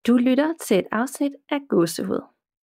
Du lytter til et afsnit af Gåsehud.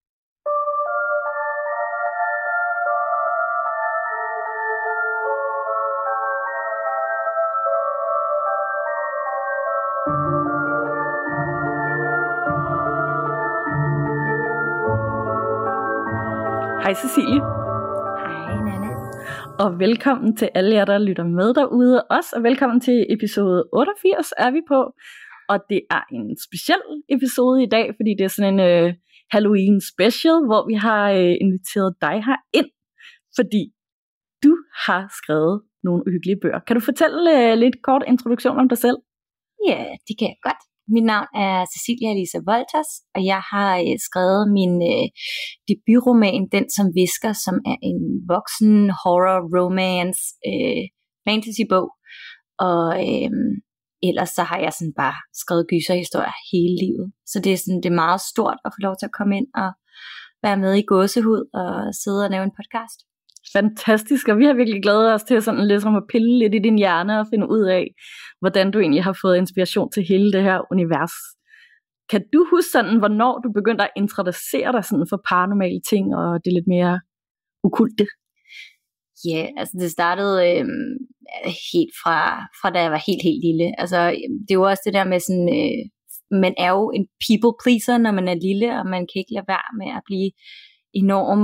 Hej Cecilie. Hej Nana. Og velkommen til alle jer, der lytter med derude også. Og velkommen til episode 88 er vi på. Og det er en speciel episode i dag, fordi det er sådan en Halloween special, hvor vi har inviteret dig her ind, fordi du har skrevet nogle uhyggelige bøger. Kan du fortælle lidt kort introduktion om dig selv? Ja, det kan jeg godt. Mit navn er Cecilia Lisa Wolters, og jeg har skrevet min debutroman, Den som visker, som er en voksen horror romance fantasy-bog. Og ellers så har jeg sådan bare skrevet gyserhistorier hele livet. Så det er meget stort at få lov til at komme ind og være med i Gåsehud og sidde og lave en podcast. Fantastisk, og vi har virkelig glædet os til sådan lidt som at pille lidt i din hjerne og finde ud af, hvordan du egentlig har fået inspiration til hele det her univers. Kan du huske sådan, hvornår du begyndte at introducere dig sådan for paranormale ting og det lidt mere okkulte? Ja, altså det startede helt fra da jeg var helt lille. Altså det er jo også det der med sådan, man er jo en people pleaser, når man er lille, og man kan ikke lade være med at blive enorm,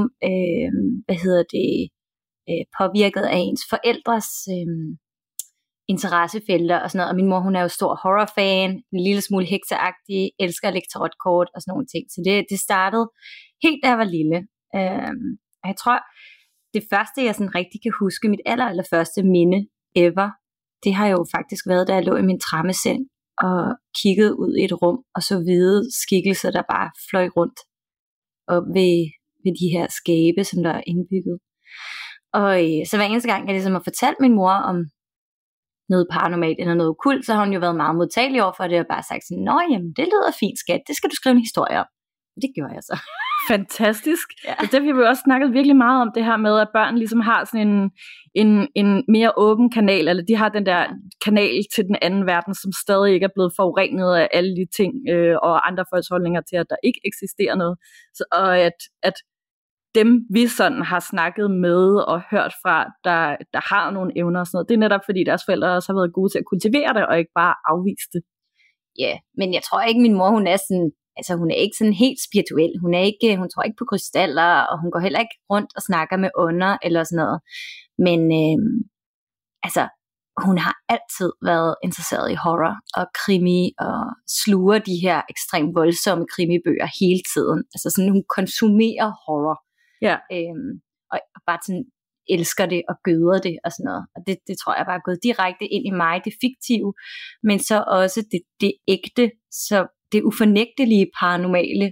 påvirket af ens forældres interessefelter og sådan noget. Og min mor, hun er jo stor horrorfan, en lille smule hekseagtig, elsker at lægge tarotkort og sådan nogle ting. Så det startede helt da jeg var lille. Og jeg tror, det første, jeg sådan rigtig kan huske, mit allerførste minde ever, det har jo faktisk været, da jeg lå i min trammeseng og kiggede ud i et rum, og så hvide skikkelser, der bare fløj rundt op ved de her skabe, som der er indbygget. Og så hver eneste gang, jeg ligesom har fortalt min mor om noget paranormalt eller noget okkult, så har hun jo været meget modtagelig over for det, og bare sagt sådan, nå jamen, det lyder fint skat, det skal du skrive en historie om. Og det gjorde jeg så. Fantastisk. Ja. Altså, det har vi jo også snakket virkelig meget om, det her med, at børn ligesom har sådan en mere åben kanal, eller de har den der kanal til den anden verden, som stadig ikke er blevet forurenet af alle de ting, og andre folks holdninger til, at der ikke eksisterer noget. Så, og at dem, vi sådan har snakket med og hørt fra, der har nogle evner og sådan noget, det er netop fordi deres forældre også har været gode til at kultivere det, og ikke bare afvise det. Ja, men jeg tror ikke, min mor, hun er sådan, altså hun er ikke sådan helt spirituel, hun tror ikke på krystaller, og hun går heller ikke rundt og snakker med ånder eller sådan noget, men altså hun har altid været interesseret i horror og krimi, og sluger de her ekstremt voldsomme krimibøger hele tiden, altså sådan hun konsumerer horror. Ja. Og bare sådan elsker det og gøder det og sådan noget. Og det tror jeg bare er gået direkte ind i mig, det fiktive, men så også det ægte, så det ufornægtelige paranormale,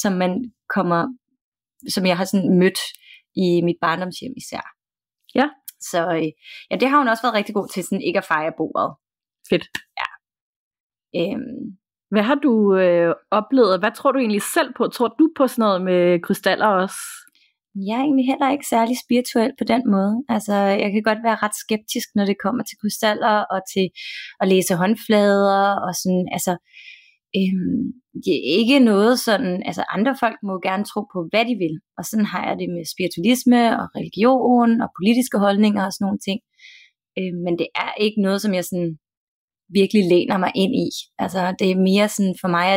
som jeg har sådan mødt i mit barndomshjem især. Ja. Så ja, det har hun også været rigtig god til, sådan ikke at fejre bordet. Fedt. Ja. Hvad har du oplevet? Hvad tror du egentlig selv på? Tror du på sådan noget med krystaller også? Jeg er egentlig heller ikke særlig spirituel på den måde. Altså, jeg kan godt være ret skeptisk, når det kommer til krystaller og til at læse håndflader og sådan, altså, det er ikke noget sådan, altså andre folk må gerne tro på, hvad de vil. Og sådan har jeg det med spiritualisme og religion og politiske holdninger og sådan nogle ting. Men det er ikke noget, som jeg sådan virkelig læner mig ind i. Altså, det er mere sådan, for mig er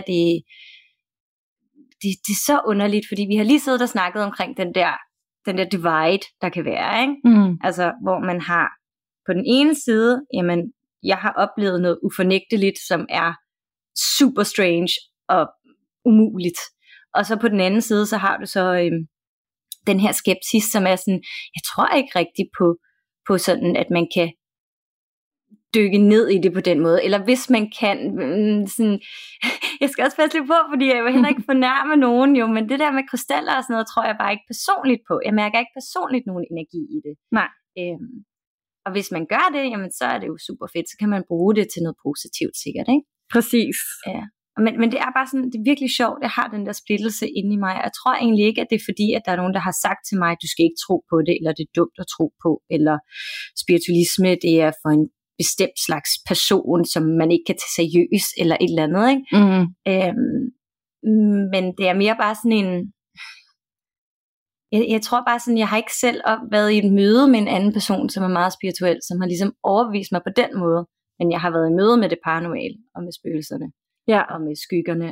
det er så underligt, fordi vi har lige siddet og snakket omkring den der divide, der kan være, ikke? Mm. Altså, hvor man har på den ene side, jamen, jeg har oplevet noget ufornægteligt, som er super strange og umuligt. Og så på den anden side, så har du så den her skepsis, som er sådan, jeg tror ikke rigtigt på sådan, at man kan dykke ned i det på den måde, eller hvis man kan sådan, jeg skal også passe lidt på, fordi jeg vil heller ikke fornærme nogen jo, men det der med krystaller og sådan noget, tror jeg bare ikke personligt på. Jeg mærker ikke personligt nogen energi i det. Nej. Og hvis man gør det, jamen så er det jo super fedt, så kan man bruge det til noget positivt sikkert, ikke? Præcis. Ja. Men det er bare sådan, det er virkelig sjovt, jeg har den der splittelse inde i mig. Jeg tror egentlig ikke, at det er fordi, at der er nogen, der har sagt til mig, du skal ikke tro på det, eller det er dumt at tro på, eller spiritualisme, det er for en bestemt slags person, som man ikke kan tage seriøst, eller et eller andet, ikke? Mm. Men det er mere bare sådan en... Jeg tror bare sådan, jeg har ikke selv været i et møde med en anden person, som er meget spirituel, som har ligesom overbevist mig på den måde. Men jeg har været i møde med det paranormale, og med spøgelserne, og med skyggerne,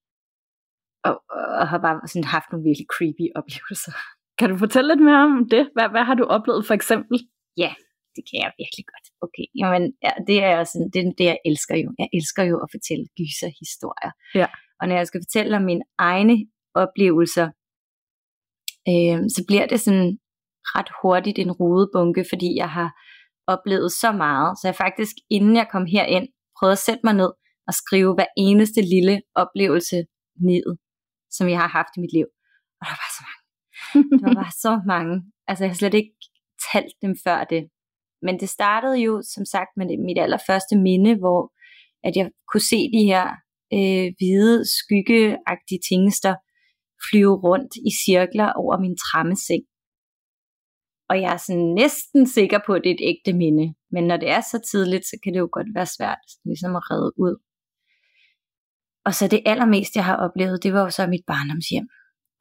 og har bare sådan haft nogle virkelig creepy oplevelser. Kan du fortælle lidt mere om det? Hvad har du oplevet for eksempel? Ja, det kan jeg virkelig godt. Okay, jamen, ja, det er sådan, det jeg elsker jo. Jeg elsker jo at fortælle gyserhistorier. Ja. Og når jeg skal fortælle om mine egne oplevelser, så bliver det sådan ret hurtigt en rodebunke, fordi jeg har oplevet så meget. Så jeg faktisk, inden jeg kom herind, prøvede at sætte mig ned og skrive hver eneste lille oplevelse ned, som jeg har haft i mit liv. Og der var så mange. Der var bare så mange. Altså jeg har slet ikke talt dem før det. Men det startede jo, som sagt, med mit allerførste minde, hvor at jeg kunne se de her hvide, skyggeagtige tingester flyve rundt i cirkler over min trammeseng. Og jeg er sådan næsten sikker på, at det er et ægte minde. Men når det er så tidligt, så kan det jo godt være svært ligesom at redde ud. Og så det allermest, jeg har oplevet, det var jo så mit barndomshjem.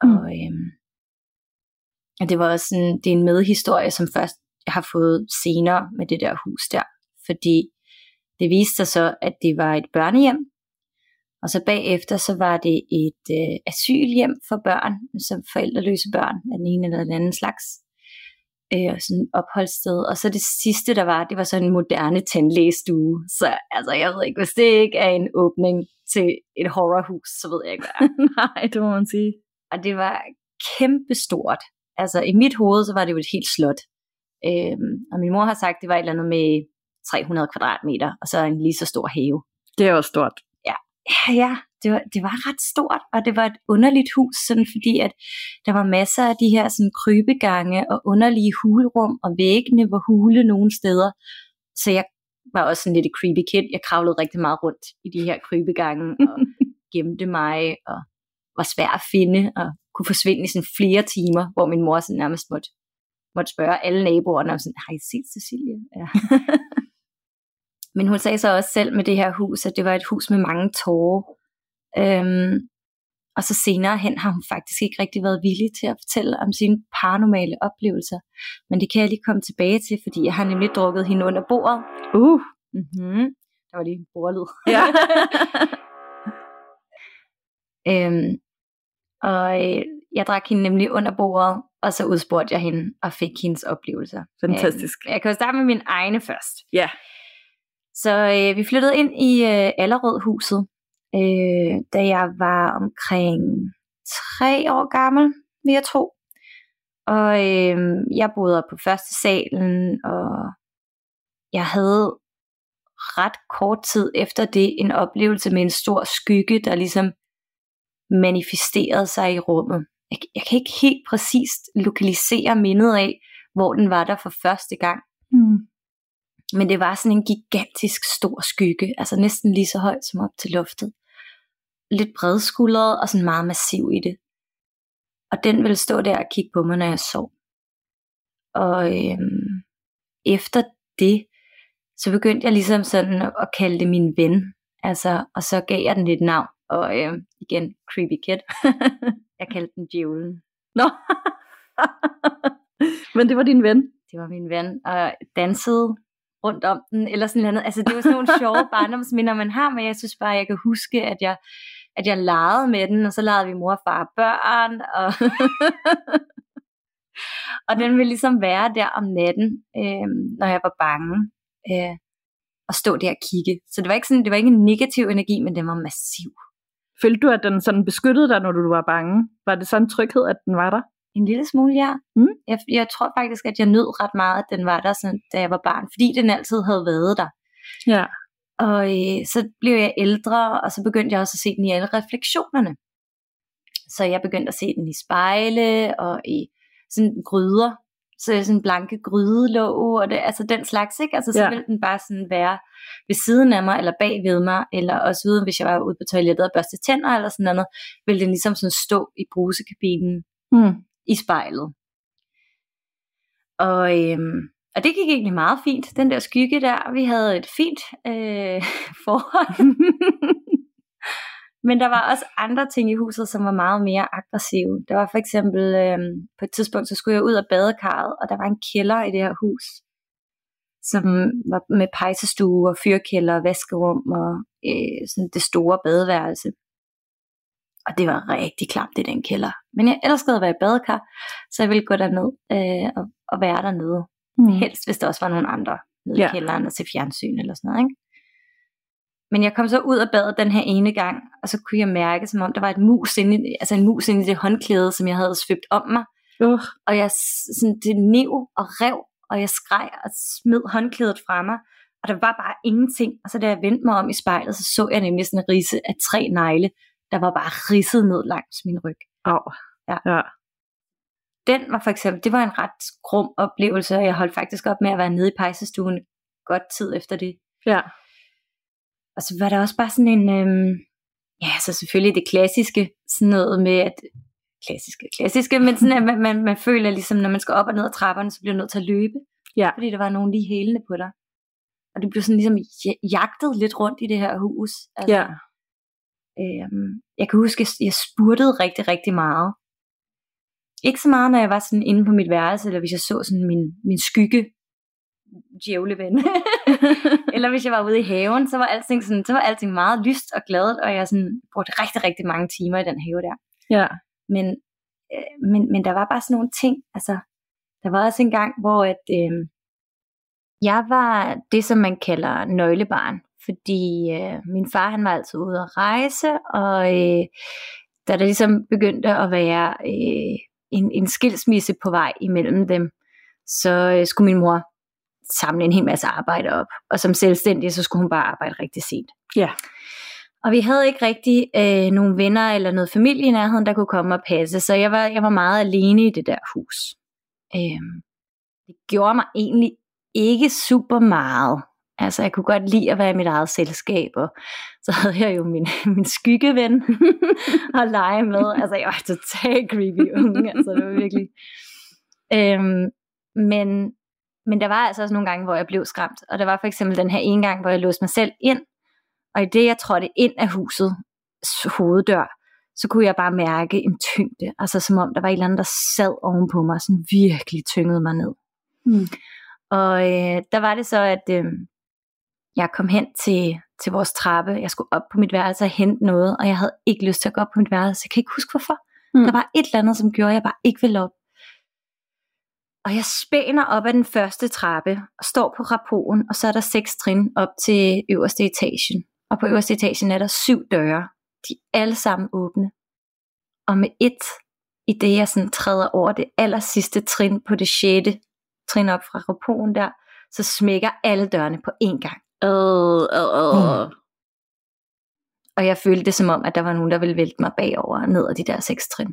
Og det var også sådan, det er en medhistorie, som først jeg har fået senere med det der hus der. Fordi det viste sig så, at det var et børnehjem. Og så bagefter, så var det et asylhjem for børn, som forældreløse børn af den ene eller den anden slags. Sådan et opholdssted. Og så det sidste, der var, det var så en moderne tandlægestue. Så altså, jeg ved ikke, hvis det ikke er en åbning til et horrorhus, så ved jeg ikke, hvad det er. Nej, det må man sige. Og det var kæmpestort. Altså i mit hoved, så var det jo et helt slot. Og min mor har sagt, det var et eller andet med 300 kvadratmeter, og så en lige så stor have. Det er jo stort. Ja, det var ret stort, og det var et underligt hus, sådan fordi at der var masser af de her sådan krybegange og underlige hulrum, og væggene var hule nogle steder. Så jeg var også sådan lidt et creepy kid. Jeg kravlede rigtig meget rundt i de her krybegange og gemte mig, og var svær at finde, og kunne forsvinde i sådan flere timer, hvor min mor sådan nærmest måtte spørge alle naboerne, og sådan, har I set Cecilie? Ja. Men hun sagde så også selv med det her hus, at det var et hus med mange tårer. Og så senere hen har hun faktisk ikke rigtig været villig til at fortælle om sine paranormale oplevelser. Men det kan jeg lige komme tilbage til, fordi jeg har nemlig drukket hende under bordet. Mm-hmm. Der var lige en bordlyd. Ja. Og jeg drak hende nemlig under bordet, og så udspurgte jeg hende og fik hendes oplevelser. Fantastisk. Jeg kan jo starte med min egne først. Ja. Så vi flyttede ind i Allerødhuset, da jeg var omkring 3 år gammel, vil jeg tro. Og jeg boede på første salen, og jeg havde ret kort tid efter det en oplevelse med en stor skygge, der ligesom manifesterede sig i rummet. Jeg kan ikke helt præcist lokalisere mindet af, hvor den var der for første gang. Men det var sådan en gigantisk stor skygge, altså næsten lige så højt som op til loftet. Lidt bredskuldret og sådan meget massiv i det. Og den ville stå der og kigge på mig, når jeg sov. Og efter det, så begyndte jeg ligesom sådan at kalde det min ven. Altså, og så gav jeg den lidt navn. Og igen, creepy kid. Jeg kaldte den Djævlen. Nå. Men det var din ven? Det var min ven, og dansede rundt om den, eller sådan noget. Altså det var sådan nogle sjove barndomsminder, man har, men jeg synes bare, jeg kan huske, at jeg legede med den, og så legede vi mor og far og børn, og den ville ligesom være der om natten, når jeg var bange, og stå der og kigge. Så det var ikke en negativ energi, men den var massiv. Følte du, at den sådan beskyttede dig, når du var bange? Var det sådan en tryghed, at den var der? En lille smule, ja. Jeg tror faktisk, at jeg nød ret meget, at den var der, sådan, da jeg var barn, fordi den altid havde været der. Ja. Og så blev jeg ældre, og så begyndte jeg også at se den i alle refleksionerne. Så jeg begyndte at se den i spejle, og i sådan gryder, så sådan blanke grydelåg, og det, altså den slags, ikke? Altså så ville den bare sådan være ved siden af mig, eller bag ved mig, eller også uden, hvis jeg var ude på toilettet og børste tænder, eller sådan noget, ville den ligesom sådan stå i brusekabinen, i spejlet. Og det gik egentlig meget fint, den der skygge der. Vi havde et fint forhold. Men der var også andre ting i huset, som var meget mere aggressive. Der var for eksempel, på et tidspunkt, så skulle jeg ud af badekarret, og der var en kælder i det her hus, som var med pejsestue og fyrkælder og vaskerum og sådan det store badeværelse. Og det var rigtig klamt i den kælder. Men jeg elskede at være i badekar, så jeg ville gå derned og være dernede. Helst, hvis der også var nogle andre nede i kælderen og se fjernsyn eller sådan noget, ikke? Men jeg kom så ud af badet den her ene gang, og så kunne jeg mærke, som om der var en mus inde i det håndklæde, som jeg havde svøbt om mig. Og jeg sådan, det niv og rev, og jeg skreg og smed håndklædet fra mig. Og der var bare ingenting. Og så da jeg vendte mig om i spejlet, så jeg nemlig sådan en ridse af 3 negle, der var bare ridset ned langs min ryg. Ja. Den var for eksempel, det var en ret grum oplevelse, og jeg holdt faktisk op med at være nede i pejsestuen godt tid efter det. Ja. Og så var der også bare sådan en, så selvfølgelig det klassiske, sådan noget med at, klassiske, men sådan at man føler ligesom, når man skal op og ned ad trapperne, så bliver man nødt til at løbe, fordi der var nogen lige hælende på dig. Og det blev sådan ligesom jagtet lidt rundt i det her hus. Altså, jeg kan huske, at jeg spurtede rigtig, rigtig meget. Ikke så meget, når jeg var sådan inde på mit værelse, eller hvis jeg så sådan min skygge djævleven. Eller hvis jeg var ude i haven, så var alting meget lyst og glad, og jeg sådan brugte rigtig, rigtig mange timer i den have der. Ja. Men der var bare sådan nogle ting, altså, der var også en gang, hvor jeg var det, som man kalder nøglebarn, fordi min far, han var altid ude at rejse, og da der ligesom begyndte at være en skilsmisse på vej imellem dem, så skulle min mor samle en hel masse arbejde op, og som selvstændig, så skulle hun bare arbejde rigtig sent. Ja. Og vi havde ikke rigtig nogen venner eller noget familie i nærheden, der kunne komme og passe, så jeg var meget alene i det der hus. Det gjorde mig egentlig ikke super meget. Altså, jeg kunne godt lide at være i mit eget selskab, og så havde jeg jo min skyggeven at lege med. Altså, jeg var totalt creepy unge, altså det var virkelig. Men der var altså også nogle gange, hvor jeg blev skræmt, og der var for eksempel den her ene gang, hvor jeg låste mig selv ind, og i det jeg trådte ind af husets hoveddør, så kunne jeg bare mærke en tyngde, altså som om der var et eller andet, der sad ovenpå mig, sådan virkelig tyngede mig ned. Og der var det så, at jeg kom hen til vores trappe, jeg skulle op på mit værelse og hente noget, og jeg havde ikke lyst til at gå op på mit værelse, jeg kan ikke huske hvorfor. Der var et eller andet, som gjorde, at jeg bare ikke ville op. Og jeg spænder op ad den første trappe, og står på rapporten, og så er der 6 trin op til øverste etagen. Og på øverste etagen er der 7 døre. De er alle sammen åbne. Og med i det jeg sådan træder over det aller sidste trin på det 6. trin op fra rapporten der, så smækker alle dørene på én gang. Og jeg følte det som om, at der var nogen, der ville vælte mig bagover ned ad de der 6 trin.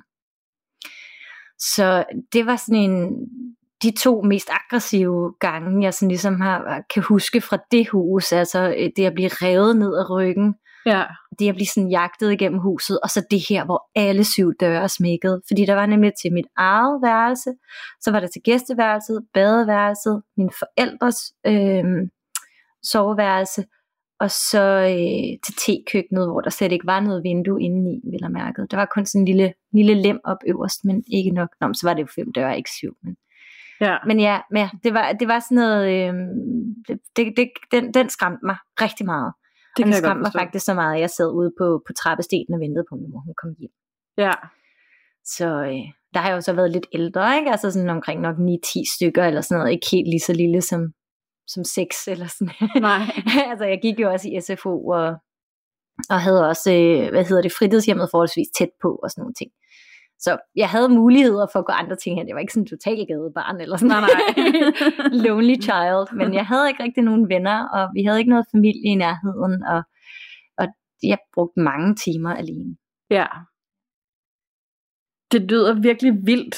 Så det var sådan de 2 mest aggressive gange, jeg sådan ligesom kan huske fra det hus, altså det at blive revet ned ad ryggen, det at blive sådan jagtet igennem huset, og så det her, hvor alle 7 døre smækkede, fordi der var nemlig til mit eget værelse, så var der til gæsteværelset, badeværelset, mine forældres soveværelse, og så til tekøkkenet, hvor der slet ikke var noget vindue indeni, vil jeg mærke. Der var kun sådan en lille lem op øverst, men ikke nok. Nå, så var det jo 5 døre, ikke 7. Men ja, det var sådan noget, den skræmte mig rigtig meget. Den skræmte mig faktisk så meget, at jeg sad ude på trappestenen og ventede på min mor, hun kom hjem. Ja. Så der har jeg jo så været lidt ældre, ikke? Altså sådan omkring nok 9-10 stykker eller sådan noget, ikke helt lige så lille som 6 eller sådan. Nej. Altså jeg gik jo også i SFO og havde også, fritidshjemmet forholdsvis tæt på og sådan nogle ting. Så jeg havde muligheder for at gå andre ting hen. Det var ikke sådan en total gadebarn eller sådan noget. Lonely child. Men jeg havde ikke rigtig nogen venner, og vi havde ikke noget familie i nærheden, og jeg brugte mange timer alene. Ja. Det lyder virkelig vildt.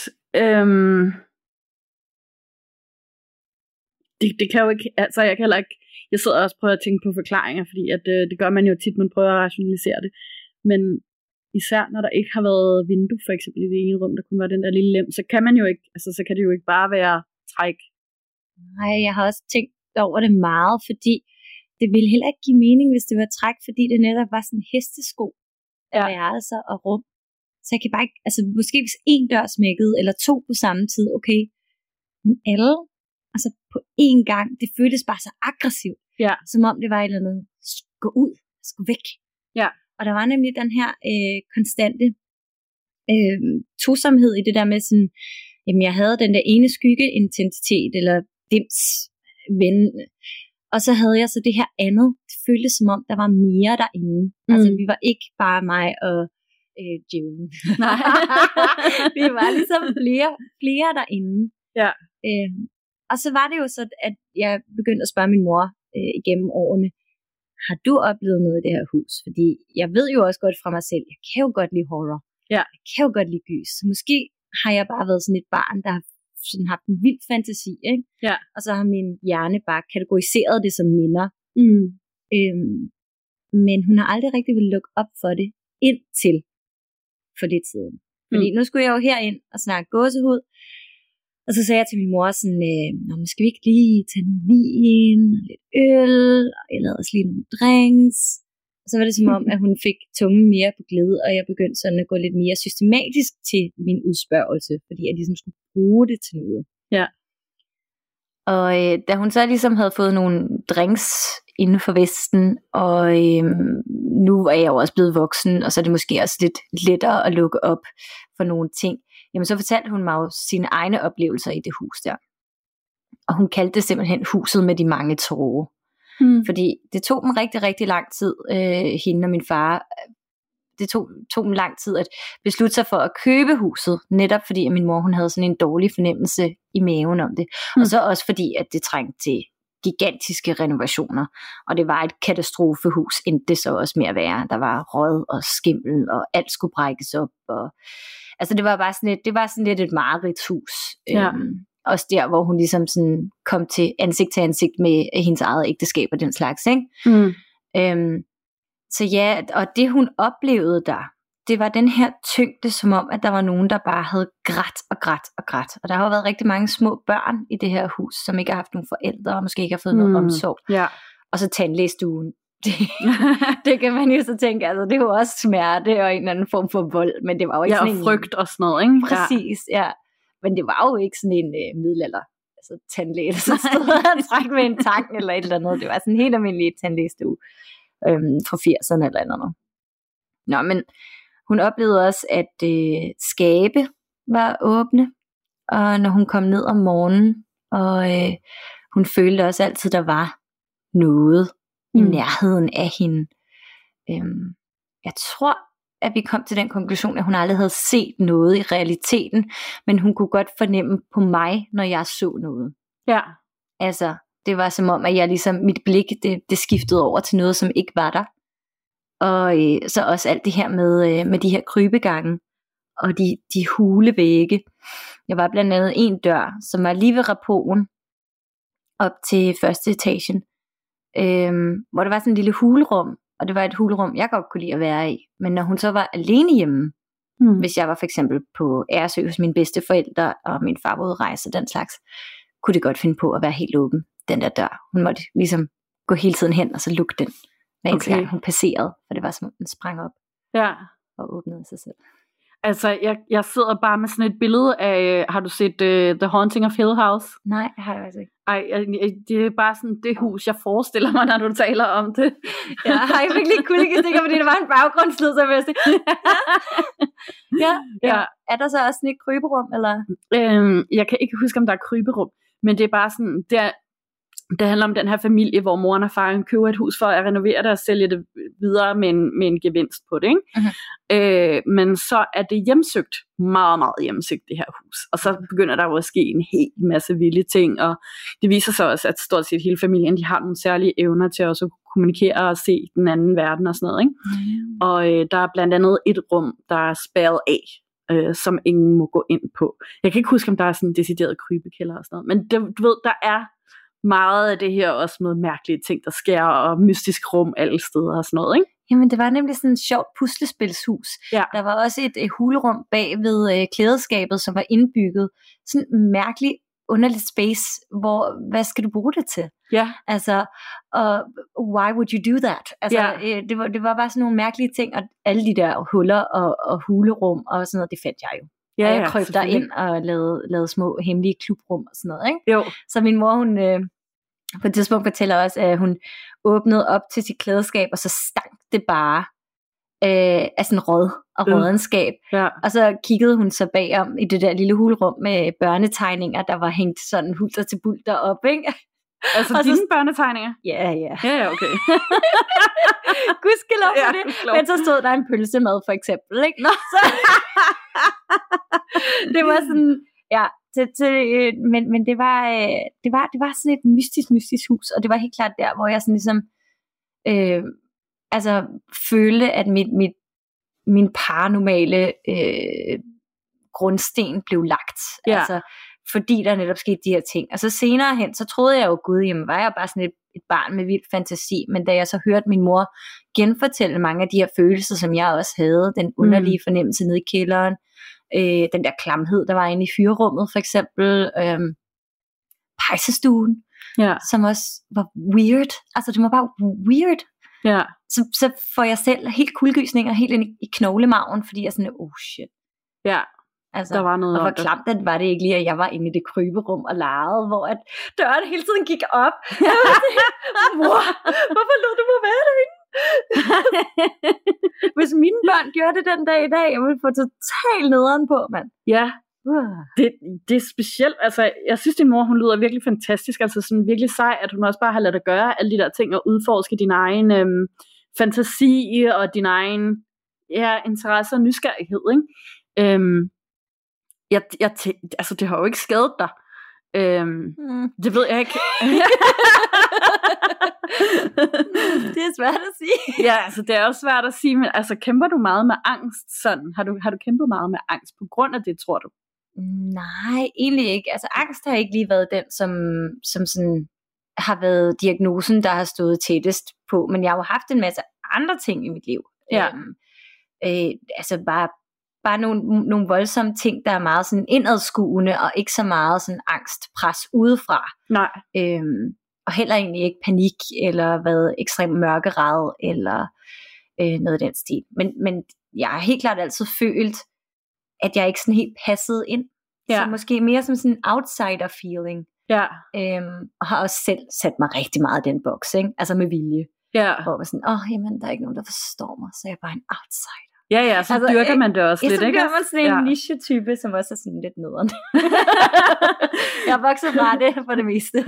Det kan jo ikke, altså jeg kan heller ikke, jeg sidder også og prøver at tænke på forklaringer, fordi at, det gør man jo tit, man prøver at rationalisere det, men især når der ikke har været vindue, for eksempel i det ene rum, der kunne være den der lille lem, så kan man jo ikke, altså så kan det jo ikke bare være træk. Nej, jeg har også tænkt over det meget, fordi det ville heller ikke give mening, hvis det var træk, fordi det netop var sådan en hestesko. af værelser og rum. Så jeg kan bare ikke, altså måske hvis en dør smækkede, eller 2 på samme tid, okay. Men alle, altså på én gang, det føltes bare så aggressivt. Ja. Som om det var et eller andet, gå ud, gå væk. Ja. Og der var nemlig den her konstante tosomhed i det der med sådan, jamen jeg havde den der ene skyggeintensitet, eller dims ven, og så havde jeg så det her andet. Det føltes som om, der var mere derinde. Altså vi var ikke bare mig og djævlen. Nej. Vi var ligesom flere derinde. Ja. Og så var det jo så, at jeg begyndte at spørge min mor igennem årene, har du oplevet noget i det her hus? Fordi jeg ved jo også godt fra mig selv, jeg kan jo godt lide horror. Ja. Jeg kan jo godt lide gys. Så måske har jeg bare været sådan et barn, der har sådan haft en vild fantasi, ikke? Ja. Og så har min hjerne bare kategoriseret det som minder. Men hun har aldrig rigtig ville lukke op for det indtil for det tiden. Fordi nu skulle jeg jo herind og snakke gåsehud. Og så sagde jeg til min mor sådan, skal vi ikke lige tage noget vin og lidt øl, og jeg lavede også lige nogle drinks. Og så var det som om, at hun fik tungen mere på glæde, og jeg begyndte sådan at gå lidt mere systematisk til min udspørgelse, fordi jeg ligesom skulle bruge det til noget. Ja. Og da hun så ligesom havde fået nogle drinks inden for Vesten, og nu er jeg jo også blevet voksen, og så er det måske også lidt lettere at lukke op for nogle ting, jamen så fortalte hun mig jo sine egne oplevelser i det hus der. Og hun kaldte det simpelthen huset med de mange tårer. Fordi det tog dem rigtig, rigtig lang tid, hende og min far, det tog dem lang tid at beslutte sig for at købe huset, netop fordi at min mor hun havde sådan en dårlig fornemmelse i maven om det. Og så også fordi, at det trængte til gigantiske renovationer, og det var et katastrofehus, endte det så også med at være. Der var råd og skimmel, og alt skulle brækkes op, og altså det var bare sådan lidt et mareridtshus. Ja. Også der, hvor hun ligesom sådan kom til ansigt med hendes eget ægteskab og den slags, ikke? Så ja, og det hun oplevede der, det var den her tyngde, som om, at der var nogen, der bare havde grædt. Og der har jo været rigtig mange små børn i det her hus, som ikke har haft nogen forældre, og måske ikke har fået noget omsorg. Ja. Og så tandlægestuen. Det kan man jo så tænke, altså det er jo også smerte og en eller anden form for vold, men det var jo ikke sådan en frygt og sådan noget, ikke? Præcis, ja. Men det var jo ikke sådan en middelalder, altså tandlæge, der så stod og træk med en tang eller et eller andet. Det var sådan en helt almindelig tandlægestue fra 80'erne eller andet. Nå, men hun oplevede også, at skabe var åbne, og når hun kom ned om morgenen, og hun følte også altid, der var noget i nærheden af hende. Jeg tror, at vi kom til den konklusion, at hun aldrig havde set noget i realiteten, men hun kunne godt fornemme på mig, når jeg så noget. Ja. Altså, det var som om, at jeg ligesom, mit blik, det skiftede over til noget, som ikke var der. Og så også alt det her med de her krybegange, og de hulevægge. Jeg var blandt andet en dør, som var lige ved rapporten, op til første etagen, hvor der var sådan en lille hulerum, og det var et hulerum, jeg godt kunne lide at være i. Men når hun så var alene hjemme, hvis jeg var for eksempel på Æresø hos mine bedsteforældre, og min far var ude at rejse og den slags, kunne det godt finde på at være helt åben, den der dør. Hun måtte ligesom gå hele tiden hen, og så lukke den, hver eneste gang hun passerede, for det var som om den sprang op og åbnede sig selv. Altså, jeg sidder bare med sådan et billede af, har du set The Haunting of Hill House? Nej, det har jeg altså ikke. Ej, det er bare sådan det hus, jeg forestiller mig, når du taler om det. Ja, jeg fik lige kuldegestikker, fordi det var en baggrundslyd, så jeg ja. Er der så også sådan et kryberum, eller? Jeg kan ikke huske, om der er kryberum, men det er bare sådan, det handler om den her familie, hvor moren og faren køber et hus for at renovere det og sælge det videre med en gevinst på det, ikke? Men så er det hjemsøgt, meget, meget hjemsøgt, det her hus. Og så begynder der jo at ske en hel masse vilde ting, og det viser sig også, at stort set hele familien, de har nogle særlige evner til også at kommunikere og se den anden verden og sådan noget, ikke? Og der er blandt andet et rum, der er spærret af, som ingen må gå ind på. Jeg kan ikke huske, om der er sådan en decideret krybekælder og sådan noget, men du ved, der er meget af det her også med mærkelige ting, der sker, og mystisk rum alle steder og sådan noget, ikke? Jamen, det var nemlig sådan et sjovt puslespilshus. Ja. Der var også et hulerum bag ved klædeskabet, som var indbygget. Sådan en mærkelig underligt space, hvad skal du bruge det til? Ja. Altså, why would you do that? Altså, det var bare sådan nogle mærkelige ting, og alle de der huller og hulerum og sådan noget, det fandt jeg jo. Ja, jeg krøb der ind og lavede små hemmelige klubrum og sådan noget, ikke? Jo. Så min mor, hun på et tidspunkt fortæller også, at hun åbnede op til sit klædeskab, og så stank det bare af sådan råd og rådenskab. Ja. Og så kiggede hun så bagom i det der lille hulrum med børnetegninger, der var hængt sådan hulter til bulter op, ikke? Altså og dine børnetegninger? Ja. Ja, okay. Gudskelov for det. Men så stod der en pølsemad for eksempel, ikke? Nå. Så det var sådan, ja, men det var sådan et mystisk hus, og det var helt klart der, hvor jeg sådan ligesom følte, at min paranormale grundsten blev lagt. Ja. Altså, fordi der netop skete de her ting. Og så senere hen, så troede jeg jo, gud, jamen var jeg bare sådan et barn med vild fantasi, men da jeg så hørte min mor genfortælle mange af de her følelser, som jeg også havde, den underlige fornemmelse nede i kælderen, den der klamhed, der var inde i fyrrummet for eksempel, pejsestuen, som også var weird. Altså det var bare weird. Ja. Så får jeg selv helt kuldegysninger helt ind i knoglemagen, fordi jeg sådan, shit. Ja. Altså, der var noget og hvor klamt at var det ikke lige, at jeg var inde i det kryberum og legede, hvor at døren hele tiden gik op. Mor, hvorfor lod du mig være derinde? Hvis mine børn gjorde det den dag i dag, jeg ville få totalt nederen på, mand. Ja, det er specielt. Altså, jeg synes, din mor, hun lyder virkelig fantastisk. Altså sådan virkelig sej, at hun også bare har ladet dig gøre alle de der ting og udforske din egen fantasi og din egen interesse og nysgerrighed, ikke? Altså det har jo ikke skadet dig. Det ved jeg ikke. Det er svært at sige. Ja, altså det er også svært at sige, men altså kæmper du meget med angst sådan? Har du kæmpet meget med angst på grund af det, tror du? Nej, egentlig ikke. Altså angst har ikke lige været den, som sådan har været diagnosen, der har stået tættest på, men jeg har jo haft en masse andre ting i mit liv. Ja. Altså bare nogle voldsomme ting, der er meget sådan indadskuende, og ikke så meget sådan angstpres udefra. Nej. Og heller egentlig ikke panik, eller været ekstremt mørkeret, eller noget af den stil. Men jeg har helt klart altid følt, at jeg ikke sådan helt passede ind. Ja. Så måske mere som sådan en outsider feeling. Ja. Og har også selv sat mig rigtig meget i den boks, ikke? Altså med vilje. Ja. Hvor man sådan, jamen der er ikke nogen, der forstår mig, så jeg er bare en outsider. Ja, så altså, dyrker man det også lidt, ikke? Så dyrker man sådan en niche-type, som også er sådan lidt nederen. Jeg har vokset fra det for det meste.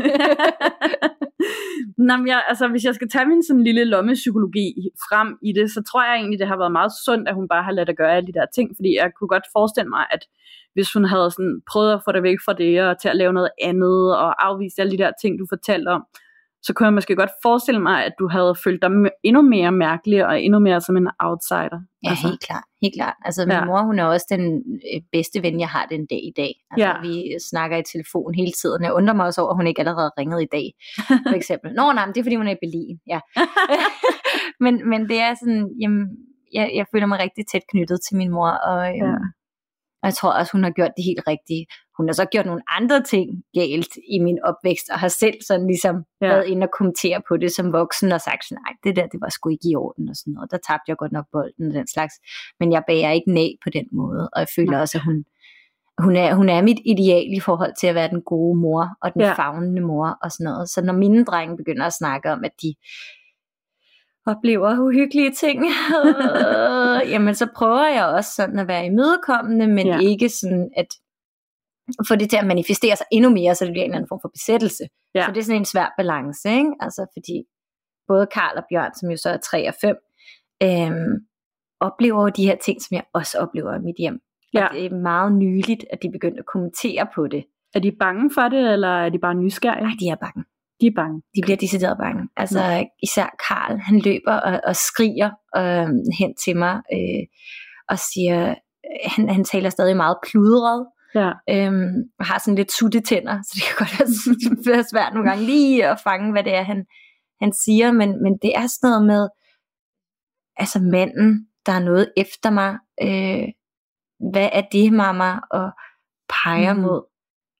Nå, men hvis jeg skal tage min sådan lille lommepsykologi frem i det, så tror jeg egentlig, det har været meget sundt, at hun bare har ladet dig gøre alle de der ting, fordi jeg kunne godt forestille mig, at hvis hun havde sådan prøvet at få dig væk fra det, og til at lave noget andet, og afvise alle de der ting, du fortalte om, så kunne jeg måske godt forestille mig, at du havde følt dig endnu mere mærkelig, og endnu mere som en outsider. Ja, altså. Helt klart. Altså min mor, hun er også den bedste ven, jeg har den dag i dag. Altså vi snakker i telefon hele tiden. Jeg undrer mig også over, at hun ikke allerede ringede i dag, for eksempel. Nej, men det er fordi, hun er i Berlin. Ja. men det er sådan, jamen, jeg føler mig rigtig tæt knyttet til min mor, og jeg tror også, hun har gjort det helt rigtige. Hun har så gjort nogle andre ting galt i min opvækst, og har selv sådan ligesom været inde og kommentere på det som voksen, og sagt sådan, nej, det var sgu ikke i orden, og sådan noget. Der tabte jeg godt nok bolden og den slags. Men jeg bærer ikke næ på den måde, og jeg føler også, at hun er mit ideal i forhold til at være den gode mor, og den favnende mor, og sådan noget. Så når mine drenge begynder at snakke om, at de oplever uhyggelige ting, jamen så prøver jeg også sådan at være imødekommende, men ikke sådan at få det til at manifestere sig endnu mere, så det bliver en eller anden form for besættelse. Ja. Så det er sådan en svær balance, ikke? Altså fordi både Karl og Bjørn, som jo så er 3 og 5, oplever jo de her ting, som jeg også oplever i mit hjem. Ja. Og det er meget nyligt, at de begynder at kommentere på det. Er de bange for det, eller er de bare nysgerrige? Nej, de er bange. De er bange. De bliver decideret bange. Altså især Karl, han løber og skriger hen til mig, og siger, han taler stadig meget pludret, og har sådan lidt suttetænder, så det kan godt være svært nogle gange lige at fange, hvad det er, han siger, men det er sådan noget med, altså manden, der er noget efter mig, hvad er det, mamma, og peger mod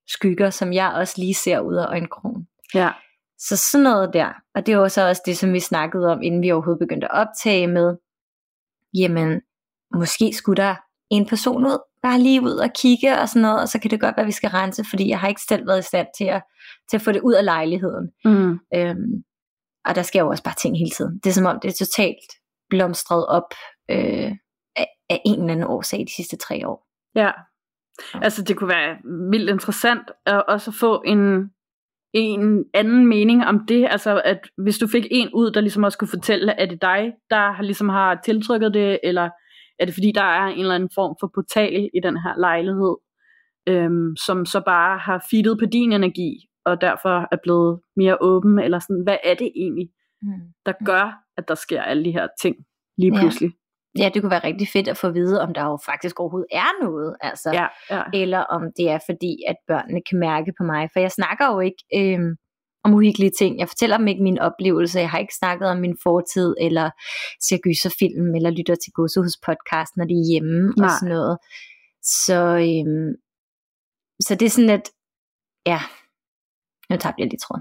skygger, som jeg også lige ser ud af øjenkrogen. Ja. Så sådan noget der, og det var så også det, som vi snakkede om, inden vi overhovedet begyndte at optage med, jamen, måske skulle der en person ud, bare lige ud og kigge og sådan noget, og så kan det godt være, at vi skal rense, fordi jeg har ikke selv været i stand til at få det ud af lejligheden. Og der sker jo også bare ting hele tiden. Det er som om, det er totalt blomstret op af en eller anden årsag de sidste 3 år. Ja, altså det kunne være vildt interessant at også få en anden mening om det, altså at hvis du fik en ud, der ligesom også kunne fortælle, er det dig, der ligesom har tiltrykket det, eller er det fordi, der er en eller anden form for portal i den her lejlighed, som så bare har feedet på din energi, og derfor er blevet mere åben, eller sådan, hvad er det egentlig, der gør, at der sker alle de her ting lige pludselig? Ja, det kunne være rigtig fedt at få at vide, om der jo faktisk overhovedet er noget, altså, eller om det er fordi, at børnene kan mærke på mig, for jeg snakker jo ikke om uhyggelige ting, jeg fortæller dem ikke min oplevelse, jeg har ikke snakket om min fortid, eller ser gyserfilm, eller lytter til Gåsehudspodcast, når de er hjemme, og sådan noget, så det er sådan et, ja, nu tabte jeg lige tråden.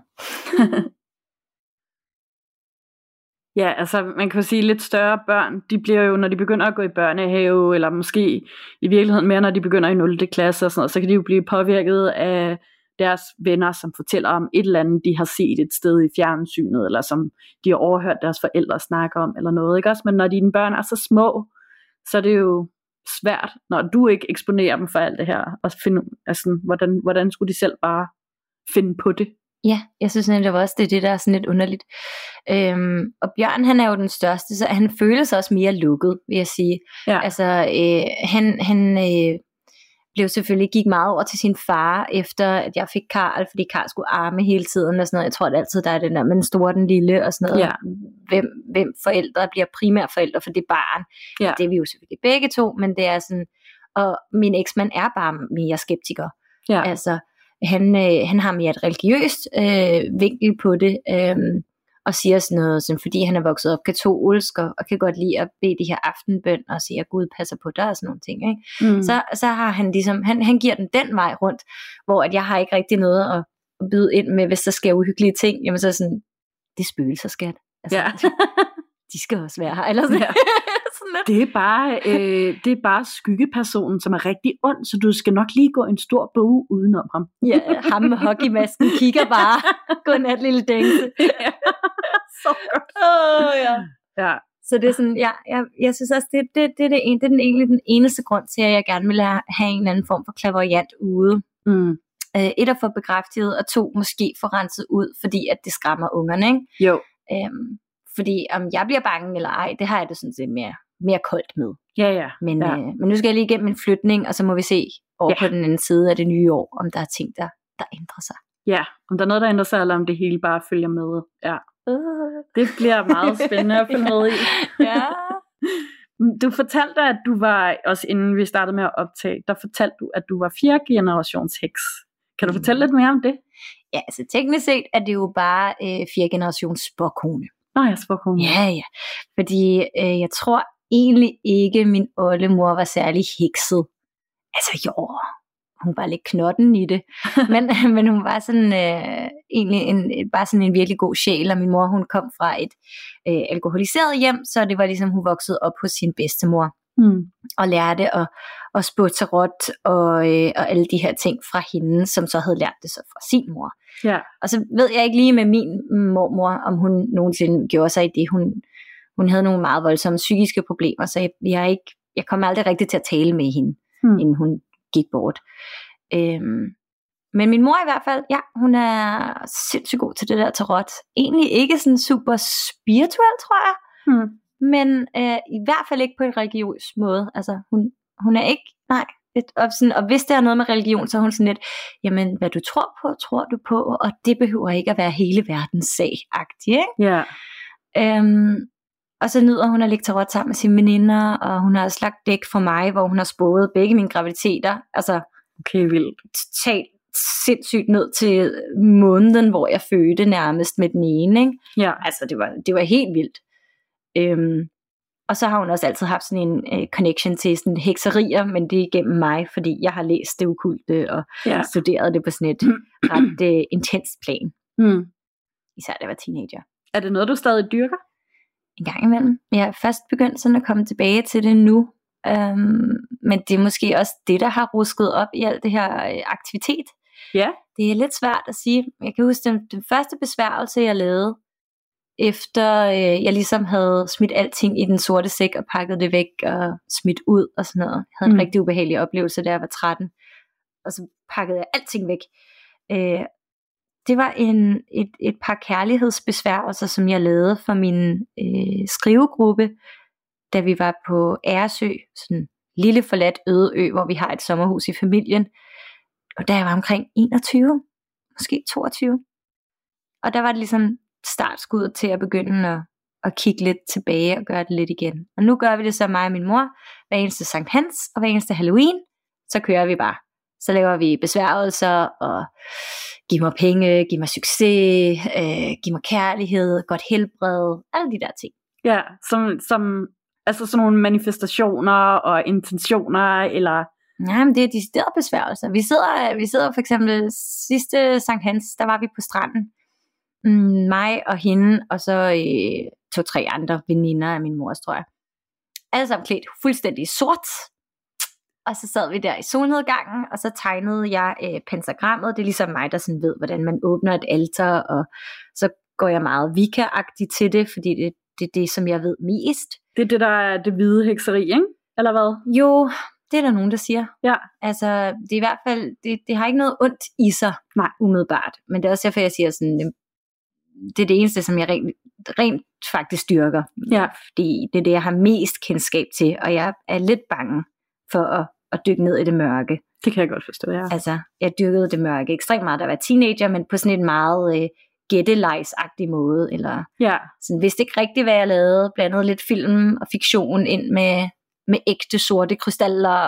Ja, altså man kan jo sige, lidt større børn, de bliver jo, når de begynder at gå i børnehave, eller måske i virkeligheden mere, når de begynder i 0. klasse og sådan noget, så kan de jo blive påvirket af deres venner, som fortæller om et eller andet, de har set et sted i fjernsynet, eller som de har overhørt deres forældre snakke om, eller noget, ikke også? Men når dine børn er så små, så er det jo svært, når du ikke eksponerer dem for alt det her, og finde, altså, hvordan skulle de selv bare finde på det? Ja, jeg synes nemlig også, det er det, der er sådan lidt underligt. Og Bjørn, han er jo den største, så han føler sig også mere lukket, vil jeg sige. Ja. Altså, han blev selvfølgelig, gik meget over til sin far, efter at jeg fik Karl, fordi Karl skulle arme hele tiden og sådan noget. Jeg tror at altid, der er den der, men den store, den lille og sådan noget. Ja. Hvem forældre bliver primære forældre for det barn. Ja. Det er vi jo selvfølgelig begge to, men det er sådan, og min eksmand er bare mere skeptiker. Ja. Altså, han har mere et religiøst vinkel på det, og siger sådan noget, sådan, fordi han er vokset op katolsk, og kan godt lide at bede de her aftenbøn, og sige, at Gud passer på dig, og sådan nogle ting, ikke? Så har han ligesom, han giver den vej rundt, hvor at jeg har ikke rigtig noget at byde ind med, hvis der sker uhyggelige ting, jamen så er sådan, det er spøgelser, skat. Altså, de skal også være her, eller sådan. Ja. Det er bare skyggepersonen, som er rigtig ond, så du skal nok lige gå en stor bog udenom ham. Ja, ham med hockeymasken kigger bare. Godnat, lille dænse. Ja. Så godt. Ja. Så det er sådan, jeg synes også, det er egentlig den eneste grund til, at jeg gerne vil have en eller anden form for clairvoyant ude. Et, at få bekræftet, og 2, måske få renset ud, fordi at det skræmmer ungerne, ikke? Jo. Fordi om jeg bliver bange eller ej, det har jeg det sådan set mere koldt med. Ja. Men nu skal jeg lige igennem en flytning, og så må vi se over på den anden side af det nye år, om der er ting, der ændrer sig. Ja, om der er noget, der ændrer sig, eller om det hele bare følger med. Ja. Det bliver meget spændende at følge med i. Ja. Du fortalte, at du var, også inden vi startede med at optage, der fortalte du, at du var 4. generations heks. Kan du fortælle lidt mere om det? Ja, altså teknisk set er det jo bare 4. generations spåkone. Ja, spåkone. Ja. Fordi jeg tror egentlig ikke, min oldemor var særlig hekset. Altså jo, hun var lidt knotten i det. men hun var sådan egentlig bare sådan en virkelig god sjæl. Og min mor, hun kom fra et alkoholiseret hjem, så det var ligesom, hun voksede op hos sin bedstemor. Og lærte at spå tarot og alle de her ting fra hende, som så havde lært det så fra sin mor. Ja. Og så ved jeg ikke lige med min mormor, om hun nogensinde gjorde sig i det. Hun havde nogle meget voldsomme psykiske problemer, så jeg kom aldrig rigtig til at tale med hende, inden hun gik bort. Men min mor i hvert fald, ja, hun er sindssygt god til det der tarot. Egentlig ikke sådan super spirituel, tror jeg. Men i hvert fald ikke på en religiøs måde. Altså hun er ikke, nej. Og hvis der er noget med religion, så er hun sådan lidt, jamen hvad du tror du på, og det behøver ikke at være hele verdens sag-agtig, ikke? Ja. Og så nyder hun at lægge tarot sammen med sine veninder, og hun har også lagt dæk for mig, hvor hun har spået begge mine graviditeter. Altså, okay, vildt. Totalt sindssygt ned til måneden, hvor jeg fødte nærmest med den ene, ikke? Ja. Altså det var helt vildt. Og så har hun også altid haft sådan en connection til sådan hekserier, men det er igennem mig, fordi jeg har læst det okkulte og studeret det på sådan et ret intenst plan. Især da jeg var teenager. Er det noget, du stadig dyrker? En gang imellem. Jeg har først begyndt sådan at komme tilbage til det nu. Men det er måske også det, der har rusket op i alt det her aktivitet. Ja. Det er lidt svært at sige. Jeg kan huske den første besværgelse, jeg lavede, efter jeg ligesom havde smidt alting i den sorte sæk og pakket det væk og smidt ud og sådan noget. Jeg havde en rigtig ubehagelig oplevelse, da jeg var 13. Og så pakkede jeg alting væk. Det var et par kærlighedsbesværgelser, som jeg lavede for min skrivegruppe, da vi var på Æresø, sådan en lille forladt øde ø, hvor vi har et sommerhus i familien. Og da jeg var omkring 21, måske 22. Og der var det ligesom startskuddet til at begynde at kigge lidt tilbage og gøre det lidt igen. Og nu gør vi det så, mig og min mor, hver eneste Sankt Hans og hver eneste Halloween, så kører vi bare. Så laver vi besværgelser og giv mig penge, giv mig succes, giv mig kærlighed, godt helbred, alle de der ting. Ja, som altså sådan nogle manifestationer og intentioner, eller... Nej, men det er deciderede besværgelser. Vi sidder for eksempel sidste Sankt Hans, der var vi på stranden. Mig og hende, og så 2-3 andre veninder af min mors, tror jeg. Alle sammen klædt fuldstændig sort. Og så sad vi der i solnedgangen, og så tegnede jeg pentagrammet. Det er ligesom mig, der sådan ved, hvordan man åbner et alter, og så går jeg meget Wicca-agtigt til det, fordi det er det, som jeg ved mest. Det er det, der er det hvide hekseri, ikke? Eller hvad? Jo, det er der nogen, der siger. Ja. Altså, det er i hvert fald, det har ikke noget ondt i sig, umiddelbart. Men det er også derfor, jeg siger sådan, det er det eneste, som jeg rent faktisk styrker. Ja. Fordi det er det, jeg har mest kendskab til, og jeg er lidt bange for at dykke ned i det mørke. Det kan jeg godt forstå, ja. Altså, jeg dyrkede det mørke ekstremt meget, da jeg var teenager, men på sådan en meget gættelejsagtig måde. Eller sådan, vidste ikke rigtigt, hvad jeg lavede. Blandede lidt film og fiktion ind med ægte sorte krystaller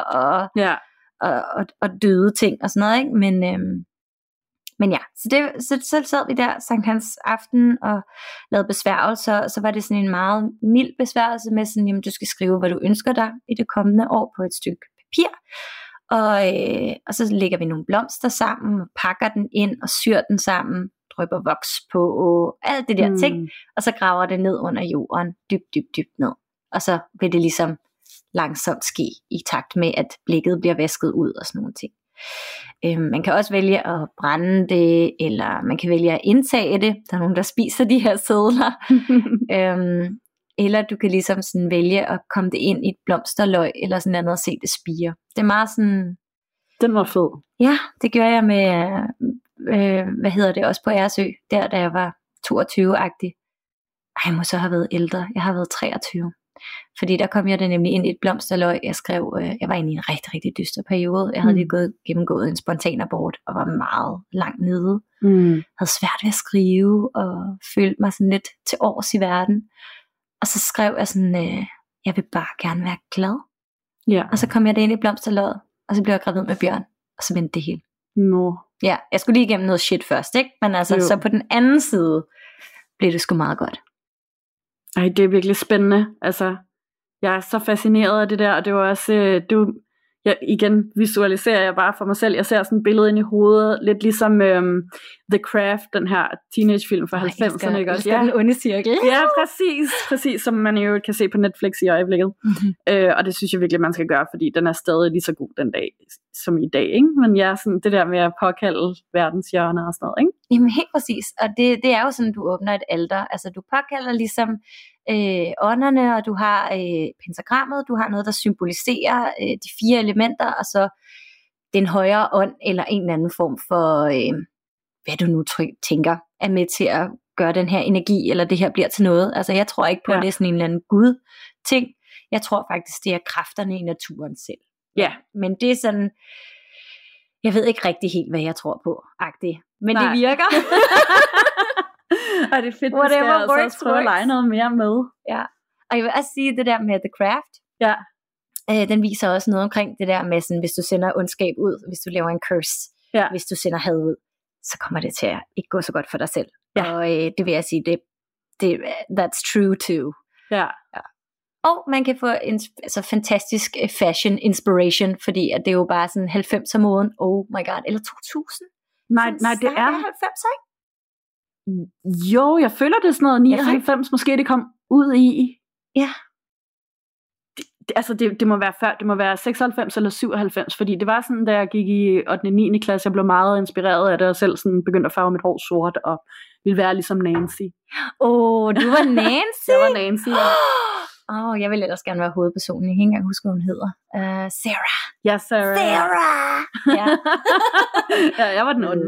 og døde ting og sådan noget, ikke? Men ja, så sad vi der Sankt Hans aften og lavede besværgelser, så var det sådan en meget mild besværgelse med sådan, jamen du skal skrive, hvad du ønsker dig i det kommende år på et stykke papir, og så lægger vi nogle blomster sammen, og pakker den ind og syr den sammen, drypper voks på, og alt det der ting, og så graver det ned under jorden, dybt ned, og så vil det ligesom langsomt ske i takt med, at blikket bliver vasket ud og sådan nogle ting. Man kan også vælge at brænde det, eller man kan vælge at indtage det. Der er nogen, der spiser de her sedler. Eller du kan ligesom sådan vælge at komme det ind i et blomsterløg, eller sådan noget og se det spire. Det er meget sådan... Den var fed. Ja, det gjorde jeg med, også på Æresø, da jeg var 22-agtig. Jeg må så have været ældre. Jeg har været 23. Fordi der kom jeg da nemlig ind i et blomsterløg. Jeg var inde i en rigtig, rigtig dyster periode. Jeg havde lige gennemgået en spontan abort, og var meget langt nede. Havde svært ved at skrive, og følte mig sådan lidt til års i verden. Og så skrev jeg sådan, jeg vil bare gerne være glad. Ja. Og så kom jeg ind i blomsterløget, og så blev jeg gravid med Bjørn. Og så vendte det hele. Ja, jeg skulle lige igennem noget shit først, ikke? Men altså, så på den anden side, blev det sgu meget godt. Ej, det er virkelig spændende. Altså, jeg er så fascineret af det der, og det var også, igen visualiserer jeg bare for mig selv. Jeg ser sådan et billede ind i hovedet, lidt ligesom The Craft, den her teenagefilm fra 90'erne. Ikke også? Den onde cirkel. Ja, præcis, som man jo kan se på Netflix i øjeblikket. Og det synes jeg virkelig, man skal gøre, fordi den er stadig lige så god den dag, som i dag. Ikke? Men ja, sådan det der med at påkalde verdenshjørner og sådan noget, ikke? Jamen helt præcis, og det er jo sådan, du åbner et alter. Altså du påkalder ligesom ånderne, og du har pentagrammet, du har noget, der symboliserer de 4 elementer, og så den højere ånd, eller en eller anden form for, hvad du nu tænker, er med til at gøre den her energi, eller det her bliver til noget. Altså jeg tror ikke på, at det er sådan en eller anden Gud ting. Jeg tror faktisk, det er kræfterne i naturen selv. Ja. Men det er sådan, jeg ved ikke rigtig helt, hvad jeg tror på, agtigt. Men det virker. Og det er fedt, at jeg skal også prøve at lege noget mere med. Ja, og jeg vil også sige det der med The Craft. Ja. Den viser også noget omkring det der med, sådan, hvis du sender ondskab ud, hvis du laver en curse, hvis du sender had ud, så kommer det til at ikke gå så godt for dig selv. Ja. Og det vil jeg sige, det that's true too. Ja. Og man kan få en fantastisk fashion inspiration, fordi at det er jo bare sådan 90'er-moden. Oh my god, eller 2000? Nej, det er 90'er, ikke? Jo, jeg føler det er sådan noget 99, måske det kom ud i. Ja. Det må være før, det må være 96 eller 97, fordi det var sådan, da jeg gik i 8. og 9. klasse, jeg blev meget inspireret af det, og selv sådan begyndte at farve mit hår sort, og ville være ligesom Nancy. Du var Nancy? Jeg var Nancy, ja. Jeg vil ellers gerne være hovedpersonen. Jeg kan ikke engang huske, hvad hun hedder. Sarah. Ja, Sarah. Sarah! Ja. Ja, jeg var den onde.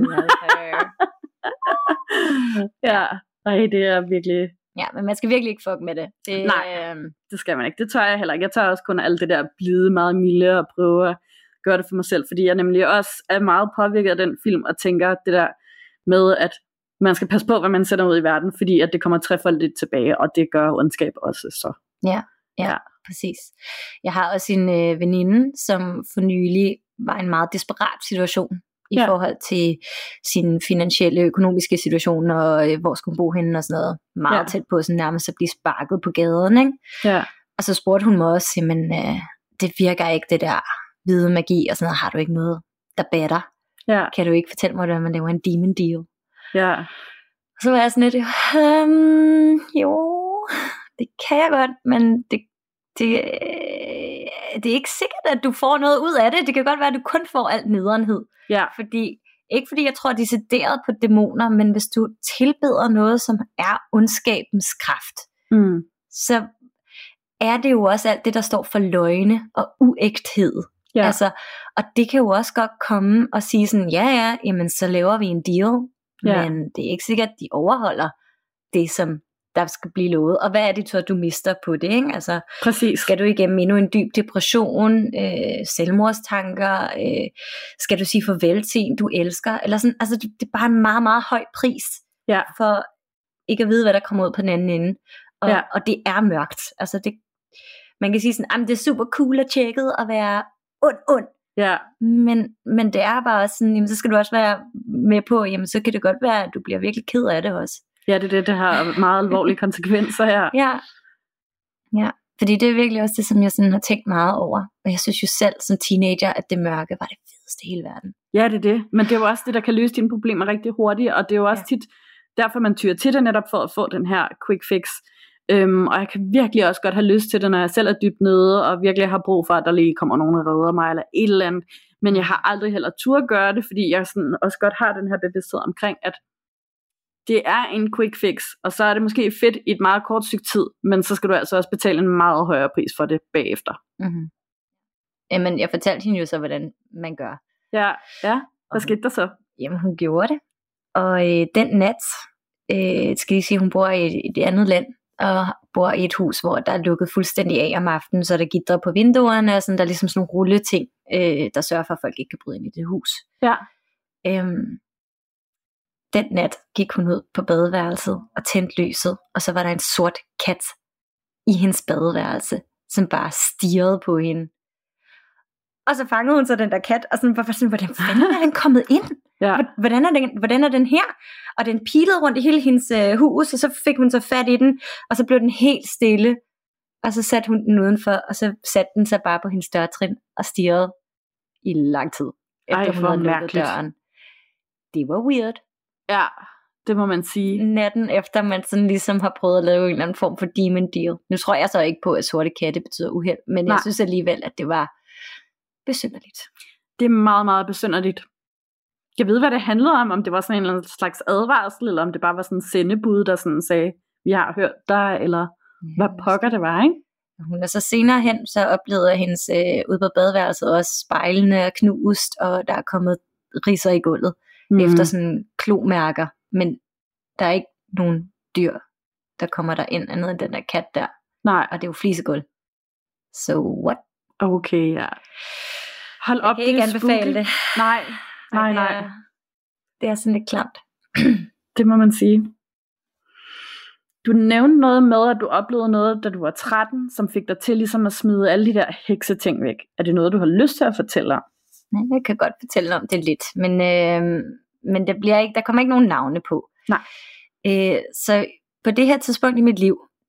Ja, det er virkelig... Ja, men man skal virkelig ikke fuck med det. Nej, det skal man ikke. Det tør jeg heller ikke. Jeg tør også kun alt det der blide, meget milde og prøve at gøre det for mig selv, fordi jeg nemlig også er meget påvirket af den film og tænker det der med, at man skal passe på, hvad man sender ud i verden, fordi at det kommer trefoldigt tilbage, og det gør ondskab også. Så. Ja, præcis. Jeg har også en veninde, som for nylig var i en meget desperat situation i forhold til sin finansielle, økonomiske situation, og hvor skulle hun bo henne og sådan noget. Meget tæt på sådan nærmest at blive sparket på gaden, ikke? Ja. Og så spurgte hun mig også, men det virker ikke, det der hvide magi og sådan noget. Har du ikke noget, der batter? Ja. Kan du ikke fortælle mig, hvordan man laver en demon deal? Ja. Og så var jeg sådan lidt, jo, det kan jeg godt, men det er ikke sikkert, at du får noget ud af det. Det kan godt være, at du kun får alt nederenhed. Ja. Ikke fordi jeg tror, de er sederet på dæmoner, men hvis du tilbeder noget, som er ondskabens kraft, så er det jo også alt det, der står for løgne og uægthed. Ja. Altså, og det kan jo også godt komme og sige sådan, jamen så laver vi en deal, men det er ikke sikkert, at de overholder det, som der skal blive lovet. Og hvad er det så, du mister på det? Ikke? Altså, præcis. Skal du igennem endnu en dyb depression, selvmordstanker, skal du sige farvel til en, du elsker? Eller sådan, altså, det er bare en meget, meget høj pris for ikke at vide, hvad der kommer ud på den anden ende. Og det er mørkt. Altså, man kan sige sådan, det er super cool at tjekket at være ond. Ja. Men det er bare sådan, jamen, så skal du også være med på, jamen, så kan det godt være, at du bliver virkelig ked af det også. Ja, det har meget alvorlige konsekvenser her. Ja, fordi det er virkelig også det, som jeg sådan har tænkt meget over. Og jeg synes jo selv som teenager, at det mørke var det fedeste i hele verden. Ja, det er det. Men det er jo også det, der kan løse dine problemer rigtig hurtigt. Og det er jo også tit derfor, man tyrer til det netop for at få den her quick fix. Og jeg kan virkelig også godt have lyst til det, når jeg selv er dybt nede, og virkelig har brug for, at der lige kommer nogen og redder mig, eller et eller andet. Men jeg har aldrig heller tur gøre det, fordi jeg sådan også godt har den her bevidsthed omkring, at det er en quick fix, og så er det måske fedt i et meget kort stykke tid, men så skal du altså også betale en meget højere pris for det bagefter. Mm-hmm. Jamen, jeg fortalte hende jo så, hvordan man gør. Ja. Hvad skete der så? Jamen, hun gjorde det. Og den nat, skal jeg sige, hun bor i et andet land, og bor i et hus, hvor der er lukket fuldstændig af om aftenen, så der gitter på vinduerne, og sådan, der er ligesom sådan nogle rulleting, der sørger for, at folk ikke kan bryde ind i det hus. Ja. Den nat gik hun ud på badeværelset og tændte lyset, og så var der en sort kat i hendes badeværelse, som bare stirrede på hende. Og så fangede hun så den der kat, og sådan, hvordan fanden er den kommet ind? Ja. Hvordan er den her? Og den pilede rundt i hele hendes hus, og så fik hun så fat i den, og så blev den helt stille. Og så satte hun den udenfor, og så satte den sig bare på hendes dørtrin og stirrede i lang tid, efter hun havde lukket døren. Det var weird. Ja, det må man sige. Natten efter man sådan ligesom har prøvet at lave en eller anden form for demon deal. Nu tror jeg så ikke på, at sorte katte betyder uheld, men jeg synes alligevel, at det var besynderligt. Det er meget, meget besynderligt. Jeg ved, hvad det handlede om det var sådan en eller anden slags advarsel, eller om det bare var sådan en sendebud, der sådan sagde, vi har hørt dig, eller hvad pokker det var, ikke? Hun er så senere hen, så oplevede hendes ude på badeværelset også spejlene er knust, og der er kommet ridser i gulvet, efter sådan klomærker, men der er ikke nogen dyr, der kommer der ind, andet end den der kat der. Nej. Og det er jo flisegulv. So what? Okay, ja. Hold op, jeg kan ikke anbefale det. Nej. Det er sådan lidt klamt. Det må man sige. Du nævnte noget med, at du oplevede noget, da du var 13, som fik dig til ligesom at smide alle de der hekseting væk. Er det noget, du har lyst til at fortælle om? Nej, jeg kan godt fortælle om det lidt, men der kommer ikke nogen navne på. Nej. Så på det her tidspunkt i mit liv,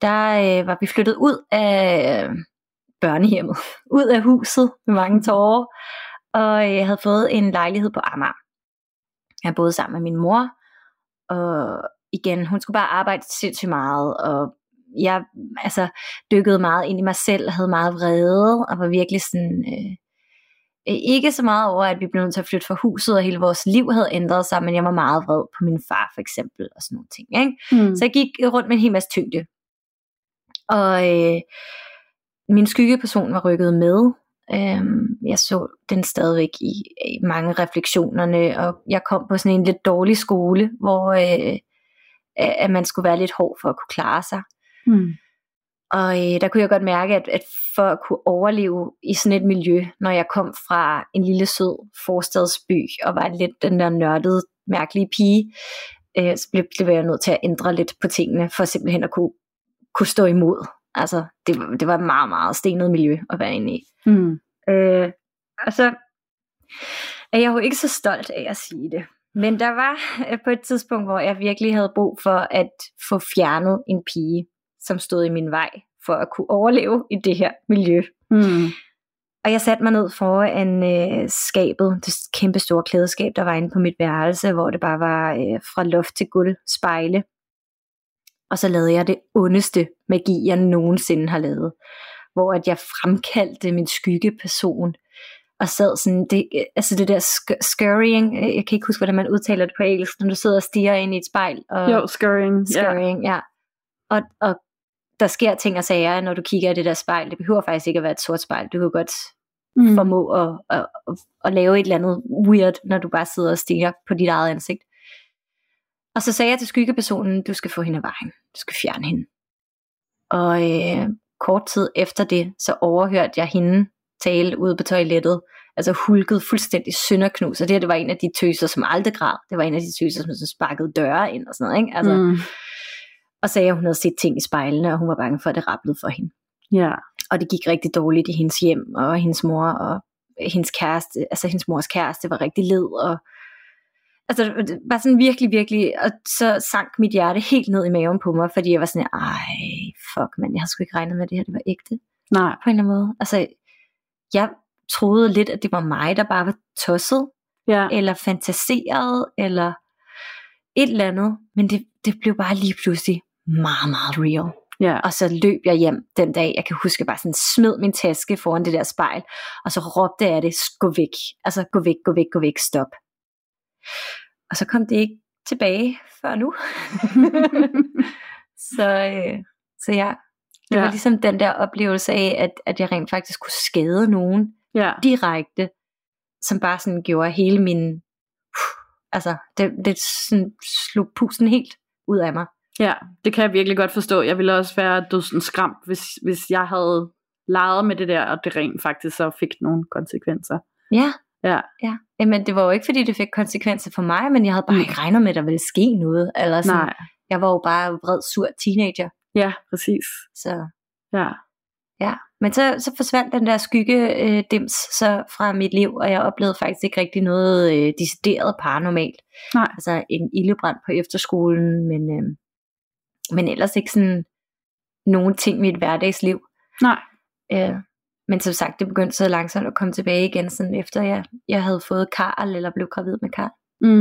der var vi flyttet ud af børnehjemmet, ud af huset med mange tårer, og jeg havde fået en lejlighed på Amager. Jeg boede sammen med min mor, og igen, hun skulle bare arbejde sindssygt meget, og jeg dykkede meget ind i mig selv, havde meget vrede, og var virkelig sådan, ikke så meget over, at vi blev nødt til at flytte fra huset, og hele vores liv havde ændret sig, men jeg var meget vred på min far for eksempel, og sådan nogle ting, ikke? Så jeg gik rundt med en hel masse tyngde, og min skyggeperson var rykket med. Jeg så den stadigvæk i mange refleksionerne, og jeg kom på sådan en lidt dårlig skole, hvor at man skulle være lidt hård for at kunne klare sig. Og der kunne jeg godt mærke, at for at kunne overleve i sådan et miljø, når jeg kom fra en lille sød forstadsby, og var lidt den der nørdede, mærkelige pige, så blev jeg nødt til at ændre lidt på tingene, for simpelthen at kunne stå imod. Altså, det var et meget, meget stenet miljø at være inde i. Og så er jeg jo ikke så stolt af at sige det. Men der var på et tidspunkt, hvor jeg virkelig havde brug for at få fjernet en pige, som stod i min vej, for at kunne overleve i det her miljø. Og jeg satte mig ned foran skabet, det kæmpe store klædeskab, der var inde på mit værelse, hvor det bare var fra loft til gulv spejle. Og så lavede jeg det ondeste magi, jeg nogensinde har lavet. Hvor at jeg fremkaldte min skyggeperson, og sad sådan, det der scurrying, jeg kan ikke huske, hvordan man udtaler det på engelsk, når du sidder og stiger ind i et spejl. Og, jo, scurrying, ja. Og der sker ting og sager, når du kigger i det der spejl. Det behøver faktisk ikke at være et sort spejl. Du kan godt formå at lave et eller andet weird, når du bare sidder og stiger på dit eget ansigt. Og så sagde jeg til skyggepersonen, du skal få hende af vejen. Du skal fjerne hende. Og kort tid efter det, så overhørte jeg hende tale ude på toilettet. Altså hulket fuldstændig sønderknus. Og det var en af de tøser, som aldrig græd. Det var en af de tøser, som sparkede døre ind og sådan noget, ikke? Altså, og sagde, at hun havde set ting i spejlene, og hun var bange for, at det rablede for hende. Ja. Og det gik rigtig dårligt i hendes hjem, og hendes mor og hendes kæreste, altså hendes mors kæreste var rigtig led, og altså det var sådan virkelig, virkelig, og så sank mit hjerte helt ned i maven på mig, fordi jeg var sådan, fuck man, jeg havde sgu ikke regnet med, at det her det var ægte. Nej. På en eller anden måde. Altså, jeg troede lidt, at det var mig, der bare var tosset, eller fantaseret, eller et eller andet, men det blev bare lige pludselig meget, meget real. Ja. Og så løb jeg hjem den dag, jeg kan huske, bare sådan smed min taske foran det der spejl, og så råbte jeg det, gå væk, altså gå væk, stop. Og så kom det ikke tilbage før nu. så ja, det var ligesom den der oplevelse af, at jeg rent faktisk kunne skade nogen direkte, som bare sådan gjorde hele min, altså det sådan slog pusten helt ud af mig. Ja, det kan jeg virkelig godt forstå. Jeg ville også være dødsens skræmt, hvis jeg havde leget med det der, og det rent faktisk så fik nogle konsekvenser. Ja. Jamen det var jo ikke fordi det fik konsekvenser for mig, men jeg havde bare ikke regnet med, at der ville ske noget. Eller sådan. Nej. Jeg var jo bare vred, sur teenager. Ja, præcis. Så ja. Men så forsvandt den der skyggedims så fra mit liv, og jeg oplevede faktisk ikke rigtig noget decideret paranormalt. Nej. Altså en ildebrand på efterskolen, men ellers ikke sådan nogen ting i mit hverdagsliv. Nej. Men som sagt, det begyndte så langsomt at komme tilbage igen, sådan efter jeg havde fået Karl, eller blev gravid med Karl.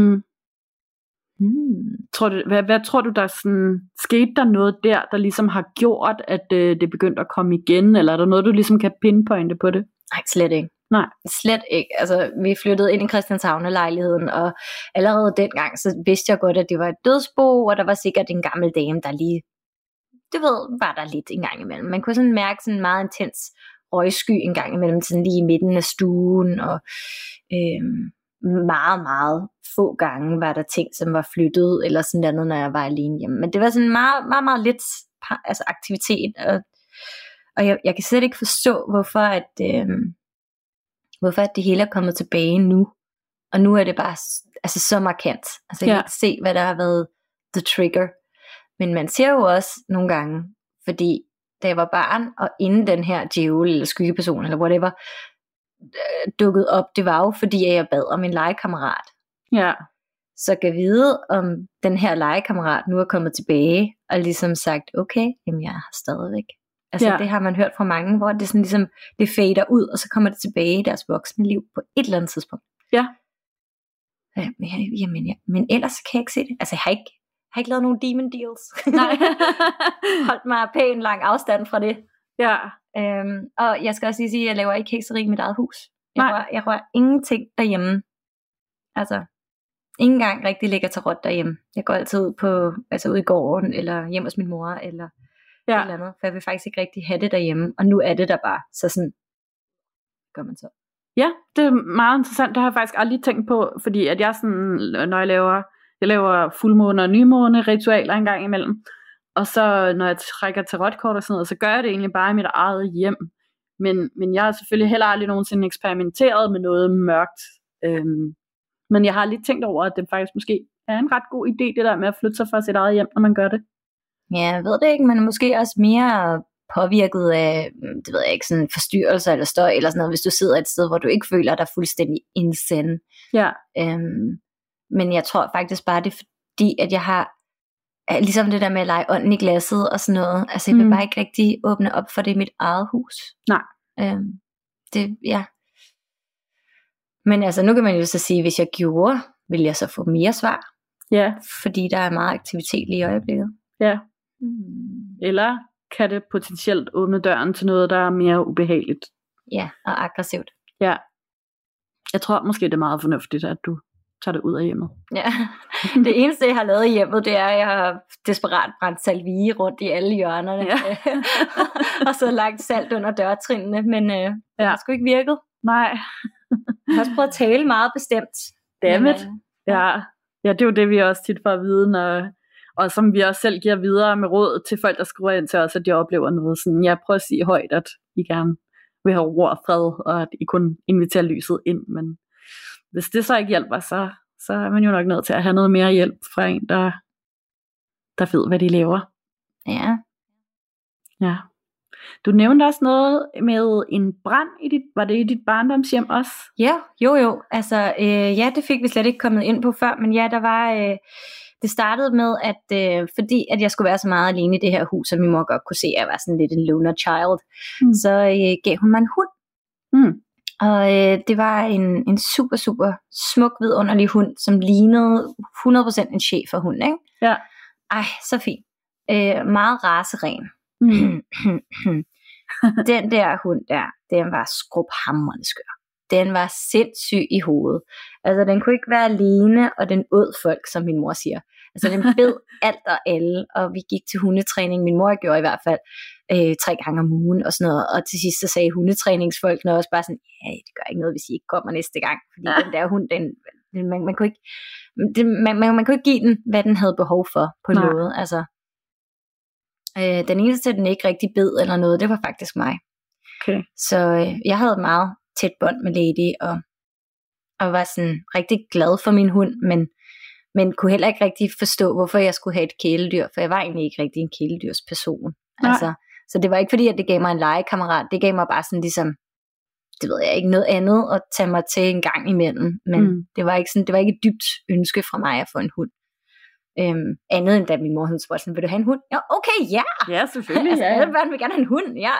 Hvad tror du, der sådan, skete der noget der ligesom har gjort, at det begyndte at komme igen, eller er der noget, du ligesom kan pinpointe på det? Nej, slet ikke. Nej. Slet ikke. Altså, vi flyttede ind i Christianshavn-lejligheden, og allerede dengang, så vidste jeg godt, at det var et dødsbo, og der var sikkert en gammel dame, der lige, du ved, var der lidt en gang imellem. Man kunne sådan mærke sådan en meget intens røgsky en gang imellem, sådan lige i midten af stuen, og meget, meget få gange var der ting, som var flyttet, eller sådan noget, når jeg var alene hjemme. Men det var sådan meget, meget, meget lidt altså aktivitet, og jeg kan slet ikke forstå, hvorfor at det hele er kommet tilbage nu. Og nu er det bare altså så markant. Altså jeg kan ikke se, hvad der har været the trigger. Men man ser jo også nogle gange, fordi da jeg var barn, og inden den her djævel, eller skyggeperson, eller whatever, dukkede op, det var jo fordi, at jeg bad om en legekammerat. Ja. Så kan vide, om den her legekammerat nu er kommet tilbage, og ligesom sagt, okay, jamen jeg er stadigvæk. Altså det har man hørt fra mange, hvor det sådan ligesom, det fader ud, og så kommer det tilbage i deres voksne liv på et eller andet tidspunkt. Ja. Men ellers kan jeg ikke se det. Altså jeg har ikke lavet nogen demon deals. Nej. Holdt mig pænt lang afstand fra det. Ja. Og jeg skal også lige sige, at jeg laver ikke hekseri i mit eget hus. Jeg rører ingenting derhjemme. Altså, ingen gang rigtig ligger til råt derhjemme. Jeg går altid ud i gården, eller hjem hos min mor, eller et eller andet. For jeg vil faktisk ikke rigtig have det derhjemme. Og nu er det der bare. Så sådan, gør man så. Ja, det er meget interessant. Det har jeg faktisk aldrig tænkt på, fordi at jeg sådan, når jeg laver fuldmåne og nymåne ritualer en gang imellem, og så når jeg trækker tarotkort og sådan noget, så gør jeg det egentlig bare i mit eget hjem. Men jeg har selvfølgelig heller aldrig nogensinde eksperimenteret med noget mørkt. Men jeg har lige tænkt over, at det faktisk måske er en ret god idé, det der med at flytte sig fra sit eget hjem, når man gør det. Ja, jeg ved det ikke, men måske også mere påvirket af, det ved jeg ikke, sådan forstyrrelser eller støj eller sådan noget, hvis du sidder et sted, hvor du ikke føler dig fuldstændig insane. Ja. Men jeg tror faktisk bare, det er fordi, at jeg har ligesom det der med at lege ånden i glasset og sådan noget. Altså jeg vil bare ikke rigtig åbne op for det i mit eget hus. Nej. Ja. Men altså nu kan man jo så sige, hvis jeg gjorde, ville jeg så få mere svar. Ja. Fordi der er meget aktivitet lige i øjeblikket. Ja. Eller kan det potentielt åbne døren til noget, der er mere ubehageligt. Ja, og aggressivt. Ja. Jeg tror måske, det er meget fornuftigt, at du tager det ud af hjemmet. Ja. Det eneste, jeg har lavet i hjemmet, det er, at jeg har desperat brændt salvie rundt i alle hjørnerne. Ja. Og så lagt salt under dørtrinene, men det har sgu ikke virket. Nej. Jeg har også prøvet at tale meget bestemt. Dammit. Ja, det er jo det, vi også tit får at vide, og som vi også selv giver videre med råd til folk, der skriver ind til os, at de oplever noget sådan. Jeg prøver at sige højt, at I gerne vil have ro og fred, og at I kun inviterer lyset ind, men hvis det så ikke hjælper, så er man jo nok nødt til at have noget mere hjælp fra en, der ved, hvad de laver. Ja. Ja. Du nævnte også noget med en brand var det i dit barndomshjem også? Ja, jo. Altså, ja, det fik vi slet ikke kommet ind på før, men ja, der var... Det startede med, at fordi at jeg skulle være så meget alene i det her hus, og min mor godt kunne se, at jeg var sådan lidt en loner child, så gav hun mig en hund. Og det var en super, super smuk, vidunderlig hund, som lignede 100% en schæferhund, ikke? Ja. Ej, så fint. Meget raceren. Den der hund der, den var skrubhamrende skør. Den var sindssyg i hovedet. Altså, den kunne ikke være alene, og den åd folk, som min mor siger. Altså, den bed alt og alle, og vi gik til hundetræning. Min mor gjorde i hvert fald 3 gange om ugen og sådan noget. Og til sidst så sagde hundetræningsfolkene også bare sådan, ja, det gør ikke noget, hvis I ikke kommer næste gang. Fordi den der hund, man kunne ikke, man kunne ikke give den, hvad den havde behov for på en måde. Altså, den eneste, den ikke rigtig bed eller noget, det var faktisk mig. Okay. Så jeg havde et meget tæt bånd med Lady, og var sådan rigtig glad for min hund, men kunne heller ikke rigtig forstå, hvorfor jeg skulle have et kæledyr, for jeg var egentlig ikke rigtig en kæledyrsperson. Altså, så det var ikke fordi, at det gav mig en legekammerat, det gav mig bare sådan ligesom, det ved jeg ikke, noget andet at tage mig til en gang imellem, men det var ikke et dybt ønske fra mig at få en hund. Andet end da min mor, hun spurgte sådan, vil du have en hund? Ja, okay, ja! Ja, selvfølgelig. Altså, alle børn vil gerne have en hund, ja.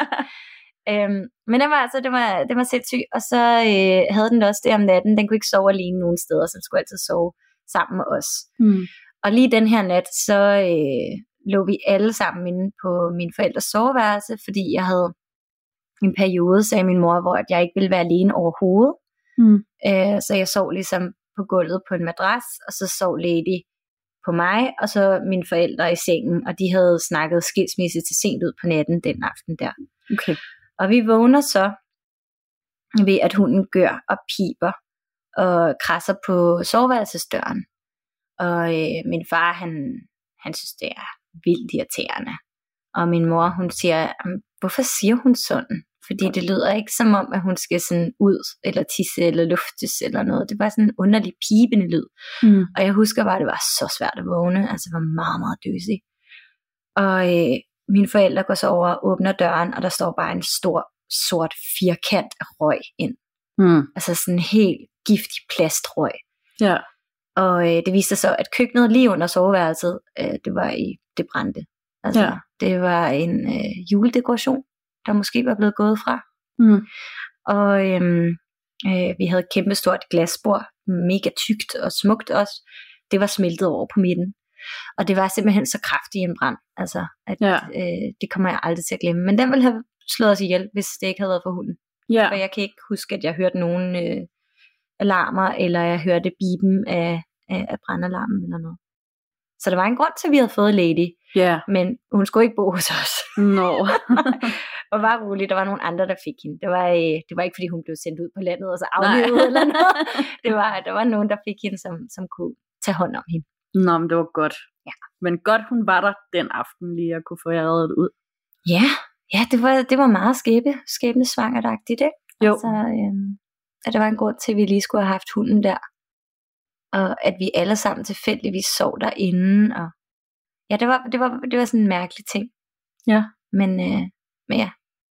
Men det var sindssygt, og så havde den også det om natten, den kunne ikke sove alene nogen steder, så den skulle altid sove sammen med os. Og lige den her nat, så lå vi alle sammen inde på min forældres soveværelse, fordi jeg havde en periode, sagde min mor, hvor jeg ikke ville være alene overhovedet. Så jeg sov ligesom på gulvet på en madras, og så sov Lady på mig, og så mine forældre i sengen, og de havde snakket skilsmisse til sent ud på natten den aften der. Okay. Og vi vågner så ved, at hunden gør og piber og krasser på soveværelsesdøren. Og min far, han synes, det er vildt irriterende. Og min mor, hun siger, hvorfor siger hun sådan? Fordi det lyder ikke som om, at hun skal sådan ud, eller tisse, eller luftes, eller noget. Det var sådan en underlig pibende lyd. Og jeg husker bare, at det var så svært at vågne. Altså, det var meget, meget døsig. Og mine forældre går så over og åbner døren, og der står bare en stor, sort firkant af røg ind. Altså sådan en helt giftig plastrøg. Ja. Og det viste sig så, at køkkenet lige under soveværelset, det brændte. Altså, det var en juledekoration, der måske var blevet gået fra. Og vi havde et kæmpestort glasbord, mega tykt og smukt også. Det var smeltet over på midten. Og det var simpelthen så kraftig en brand, altså, at det kommer jeg aldrig til at glemme. Men den ville have slået os ihjel, hvis det ikke havde været for hunden. For jeg kan ikke huske, at jeg hørte nogen alarmer, eller jeg hørte biben af brandalarmen eller noget. Så der var en grund til, at vi havde fået Lady. Men hun skulle ikke bo hos os. Og var roligt, der var nogle andre, der fik hende. Det var ikke, fordi hun blev sendt ud på landet og så aflevet eller noget. Der var nogen, der fik hende, som kunne tage hånd om hende. Nå, men det var godt. Men godt, hun var der den aften lige at kunne få jer reddet ud. Ja, det var meget skæbnesvangeragtigt, ikke? Jo. Altså, at der var en grund til, at vi lige skulle have haft hunden der. Og at vi alle sammen tilfældigvis sov derinde. Og ja, det var sådan en mærkelig ting. Men ja.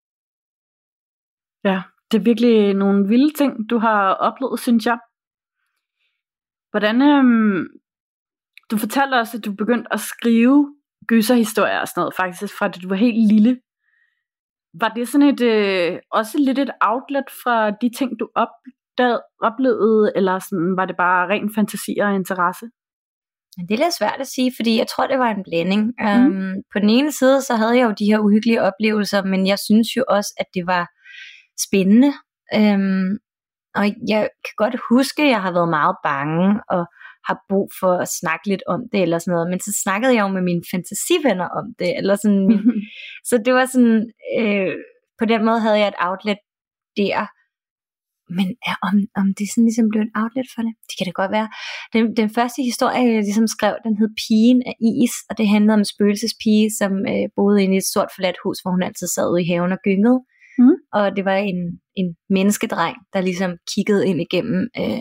Ja, det er virkelig nogle vilde ting, du har oplevet, synes jeg. Hvordan, du fortalte også, at du begyndte at skrive gyserhistorier og sådan noget, faktisk fra da du var helt lille. Var det sådan også lidt et outlet fra de ting, du oplevede, eller sådan, var det bare ren fantasi og interesse? Det er lidt svært at sige, fordi jeg tror, det var en blanding. På den ene side, så havde jeg jo de her uhyggelige oplevelser, men jeg synes jo også, at det var spændende. Og jeg kan godt huske, at jeg har været meget bange, og har brug for at snakke lidt om det, eller sådan noget. Men så snakkede jeg jo med mine fantasivenner om det, eller sådan. Så det var sådan, på den måde havde jeg et outlet der. Men om det sådan ligesom blev en outlet for det, det kan det godt være. Den første historie, jeg ligesom skrev, den hed Pigen af is, og det handlede om en spøgelsespige, som boede inde i et stort forladt hus, hvor hun altid sad ude i haven og gyngede. Og det var en menneskedreng, der ligesom kiggede ind igennem,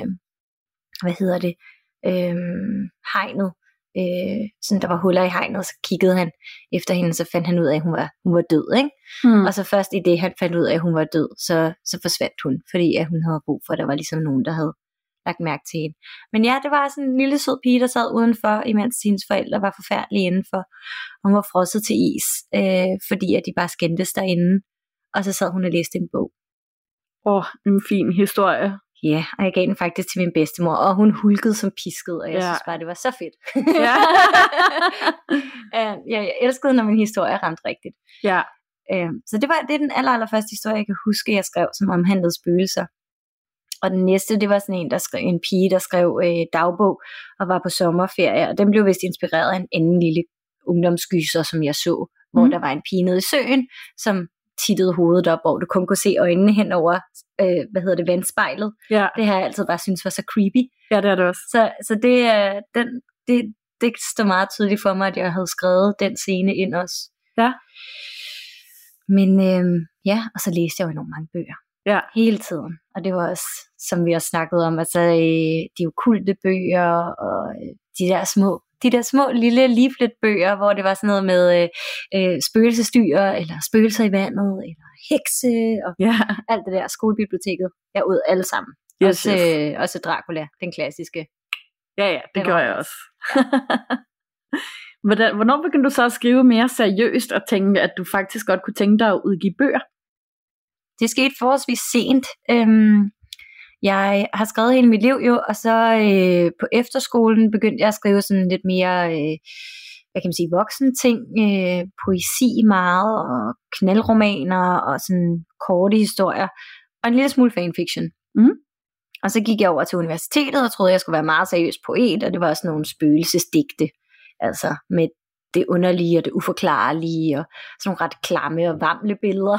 hegnet. Sådan der var huller i hegnet, og så kiggede han efter hende, så fandt han ud af, at hun var død, ikke? Og så først i det, han fandt ud af, at hun var død, så forsvandt hun, fordi at hun havde brug for, at der var ligesom nogen, der havde lagt mærke til hende. Men ja, det var sådan en lille sød pige, der sad udenfor, imens hendes forældre var forfærdelige indenfor. Hun var frosset til is, fordi at de bare skændtes derinde, og så sad hun og læste en bog. En fin historie. Ja, og jeg gav den faktisk til min bedstemor, og hun hulkede som pisket, og jeg synes bare, det var så fedt. Jeg elskede, når min historie ramte rigtigt. Så det er den allerførste historie, jeg kan huske, jeg skrev, som omhandlede spøgelser. Og den næste, det var sådan en pige, der skrev dagbog, og var på sommerferie, og den blev vist inspireret af en anden lille ungdomsgyser, som jeg så, hvor der var en pige nede i søen, som tittede hovedet op, hvor du kun kunne se øjnene hen over, vandspejlet. Det har jeg altid bare syntes var så creepy. Ja, det er det også. Så det står meget tydeligt for mig, at jeg havde skrevet den scene ind også. Men og så læste jeg jo enormt mange bøger. Hele tiden. Og det var også, som vi også snakkede om, altså de okulte bøger, og de der små lille leaflet-bøger, hvor det var sådan noget med spøgelsesdyr, eller spøgelser i vandet, eller hekse, og alt det der. Skolebiblioteket. Jeg ud alle sammen. Også Dracula, den klassiske. Ja, det gjorde jeg også. Hvornår begyndte du så at skrive mere seriøst, og tænke, at du faktisk godt kunne tænke dig at udgive bøger? Det skete forholdsvis sent. Jeg har skrevet hele mit liv jo, og så på efterskolen begyndte jeg at skrive sådan lidt mere, voksen ting, poesi meget, og knaldromaner, og sådan korte historier, og en lille smule fanfiction. Og så gik jeg over til universitetet, og troede, jeg skulle være meget seriøs poet, og det var også nogle spøgelsesdigte, altså med det underlige og det uforklarlige, og sådan nogle ret klamme og varmle billeder.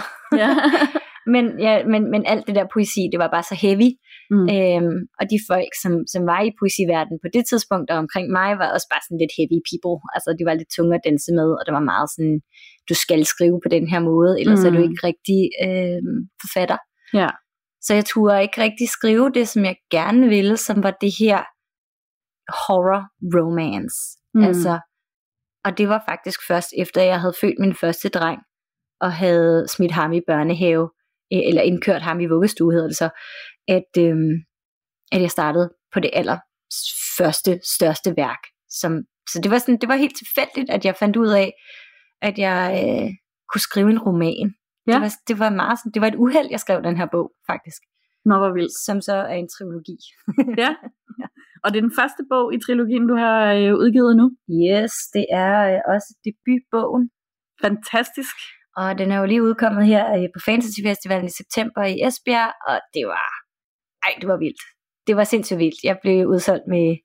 Men alt det der poesi, det var bare så heavy. Og de folk, som var i poesiverdenen på det tidspunkt og omkring mig, var også bare sådan lidt heavy people. Altså de var lidt tunge at danse med, og det var meget sådan, du skal skrive på den her måde, ellers er du ikke rigtig forfatter. Så jeg turde ikke rigtig skrive det, som jeg gerne ville, som var det her horror romance. Altså, og det var faktisk først efter, jeg havde født min første dreng, og havde smidt ham i børnehave, eller indkørt ham i vuggestue, hedder det så, at jeg startede på det første største værk. Så det var helt tilfældigt, at jeg fandt ud af, at jeg kunne skrive en roman. Ja. Det var et uheld, jeg skrev den her bog, faktisk. Nå, hvor vildt. Som så er en trilogi. Ja. Og det er den første bog i trilogien, du har udgivet nu? Yes, det er også debutbogen. Fantastisk. Og den er jo lige udkommet her på Fantasy Festivalen i september i Esbjerg, og det var vildt. Det var sindssygt vildt. Jeg blev udsolgt med,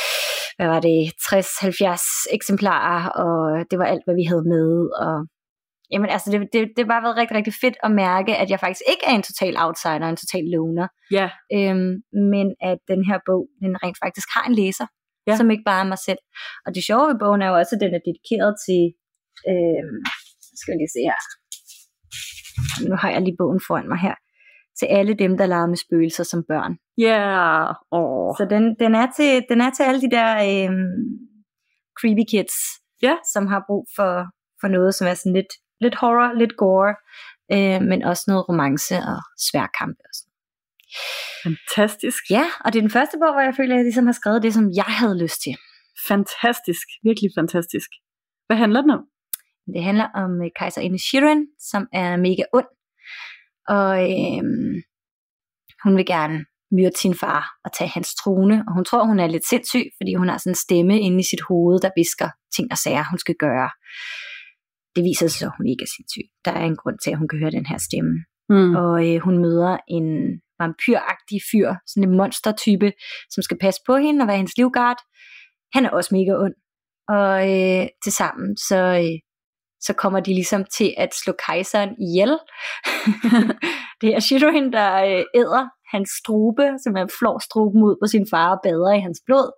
60-70 eksemplarer, og det var alt, hvad vi havde med, og jamen altså, det har bare været rigtig, rigtig fedt at mærke, at jeg faktisk ikke er en total outsider, en total loner. Ja. Men at den her bog, den rent faktisk har en læser, som ikke bare er mig selv. Og det sjove ved bogen er jo også, at den er dedikeret til, skal jeg lige se her. Nu har jeg lige bogen foran mig her. Til alle dem, der legede med spøgelser som børn. Ja. Yeah. Så den er til alle de der creepy kids, som har brug for noget, som er sådan lidt horror, lidt gore, men også noget romance og sværkampe og sådan. Fantastisk. Ja, og det er den første bog, hvor jeg føler, at jeg ligesom har skrevet det, som jeg havde lyst til. Fantastisk. Virkelig fantastisk. Hvad handler den om? Det handler om kejserinde Shirin, som er mega ond. Og hun vil gerne myrde sin far og tage hans trone. Og hun tror, hun er lidt sindssyg, fordi hun har sådan en stemme inde i sit hoved, der visker ting og sager, hun skal gøre. Det viser sig så, at hun ikke er sindssyg. Der er en grund til, at hun kan høre den her stemme. Og hun møder en vampyragtig fyr, sådan en monstertype, som skal passe på hende og være hendes livguard. Han er også mega ond. Og tilsammen så kommer de ligesom til at slå kejseren ihjel. Det er Shirin, der æder hans strube, som er flår struben ud på sin far og bader i hans blod.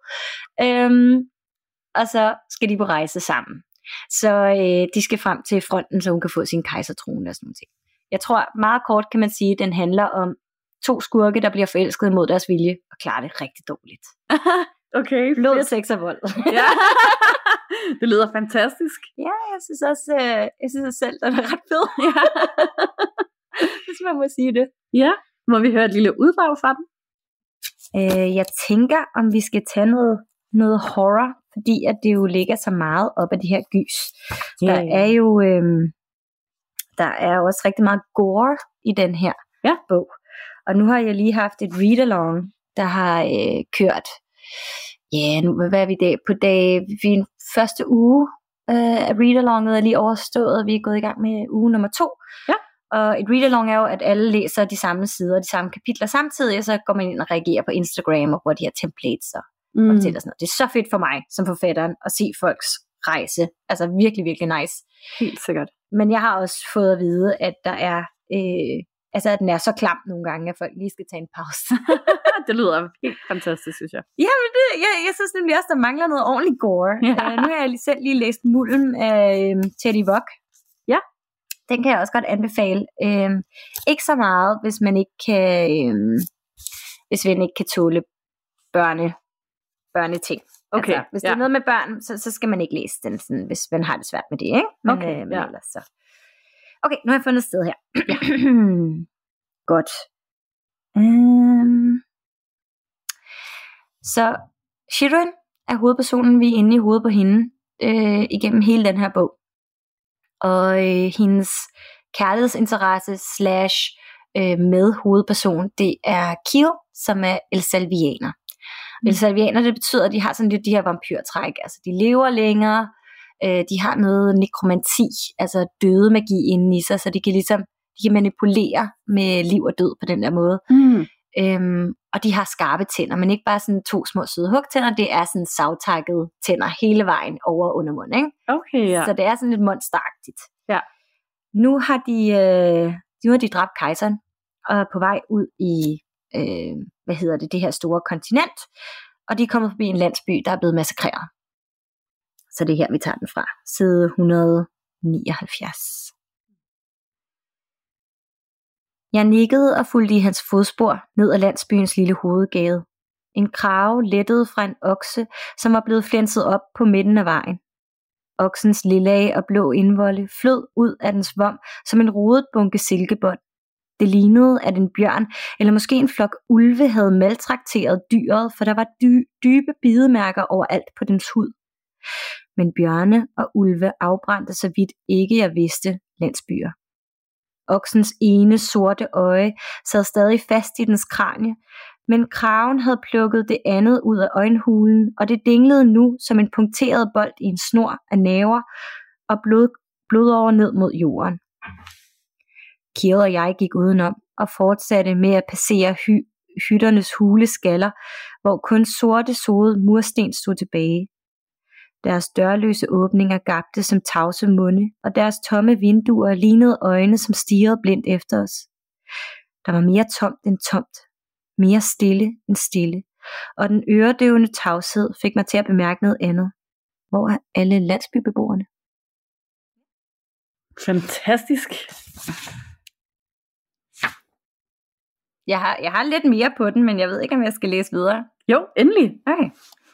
Og så skal de på rejse sammen. Så de skal frem til fronten, så hun kan få sin kejsertrone og sådan noget. Jeg tror meget kort kan man sige, at den handler om 2 skurke, der bliver forelsket mod deres vilje og klarer det rigtig dårligt. Okay. Blod, sex og vold. Ja. Det lyder fantastisk. Ja, jeg synes også selv, den er ret fed. Ja. Hvis man må sige det. Ja, må vi høre et lille uddrag fra den? Jeg tænker, om vi skal tage noget horror, fordi at det jo ligger så meget op af det her gys. Yeah. Der er jo der er også rigtig meget gore i den her bog. Og nu har jeg lige haft et read-along, der har kørt. Ja, nu hvad er vi på dag? Vi er første uge af read-alonget er lige overstået, og vi er gået i gang med uge nummer 2. Ja. Og et read-along er jo, at alle læser de samme sider, de samme kapitler samtidig, og så går man ind og reagerer på Instagram og bruger de her templates og sådan noget. Det er så fedt for mig som forfatteren at se folks rejse. Altså virkelig, virkelig nice. Helt sikkert. Men jeg har også fået at vide, at der er at den er så klam nogle gange, at folk lige skal tage en pause. Det lyder helt fantastisk, synes jeg. Ja, men jeg synes nemlig også, der mangler noget ordentligt gore. Ja. Nu har jeg selv lige læst Mulden af Teddy Vog. Ja. Den kan jeg også godt anbefale. Ikke så meget, hvis man ikke kan tåle børneting. Okay. Altså, hvis det er noget med børn, så skal man ikke læse den, sådan, hvis man har det svært med det, ikke? Men, men ellers så. Okay, nu har jeg fundet et sted her. Ja. Godt. Så Shirin er hovedpersonen, vi er inde i hovedet på hende igennem hele den her bog. Og hendes kærlighedsinteresse / med hovedperson, det er Kiel, som er elsalvianer. Elsalvianer, det betyder, at de har sådan lidt de her vampyrtræk. Altså de lever længere, de har noget nekromanti, altså døde magi inde i sig, så de kan manipulere med liv og død på den der måde. Og de har skarpe tænder, men ikke bare sådan 2 små søde hugtænder, det er sådan savtakkede tænder hele vejen over under munden, ikke? Okay, ja. Så det er sådan lidt monsteragtigt. Ja. Nu har de dræbt kejseren, og er på vej ud i, det her store kontinent, og de er kommet forbi en landsby, der er blevet massakreret. Så det er her, vi tager den fra. Side 179. Jeg nikkede og fulgte i hans fodspor ned ad landsbyens lille hovedgade. En krave lettede fra en okse, som var blevet flænset op på midten af vejen. Oksens lilage og blå indvolde flød ud af dens vom som en rodet bunke silkebånd. Det lignede, at en bjørn eller måske en flok ulve havde maltrakteret dyret, for der var dybe bidemærker overalt på dens hud. Men bjørne og ulve afbrændte, så vidt ikke jeg vidste, landsbyer. Oksens ene sorte øje sad stadig fast i dens kranie, men kraven havde plukket det andet ud af øjenhulen, og det dinglede nu som en punkteret bold i en snor af naver og blodårer ned mod jorden. Kjeld og jeg gik udenom og fortsatte med at passere hytternes hule skaller, hvor kun sorte sodede mursten stod tilbage. Deres dørløse åbninger gabte som tavse munde, og deres tomme vinduer lignede øjne, som stirrede blindt efter os. Der var mere tomt end tomt, mere stille end stille, og den øredøvende tavshed fik mig til at bemærke noget andet. Hvor er alle landsbybeboerne? Fantastisk. Jeg har lidt mere på den, men jeg ved ikke, om jeg skal læse videre. Jo, endelig. Okay.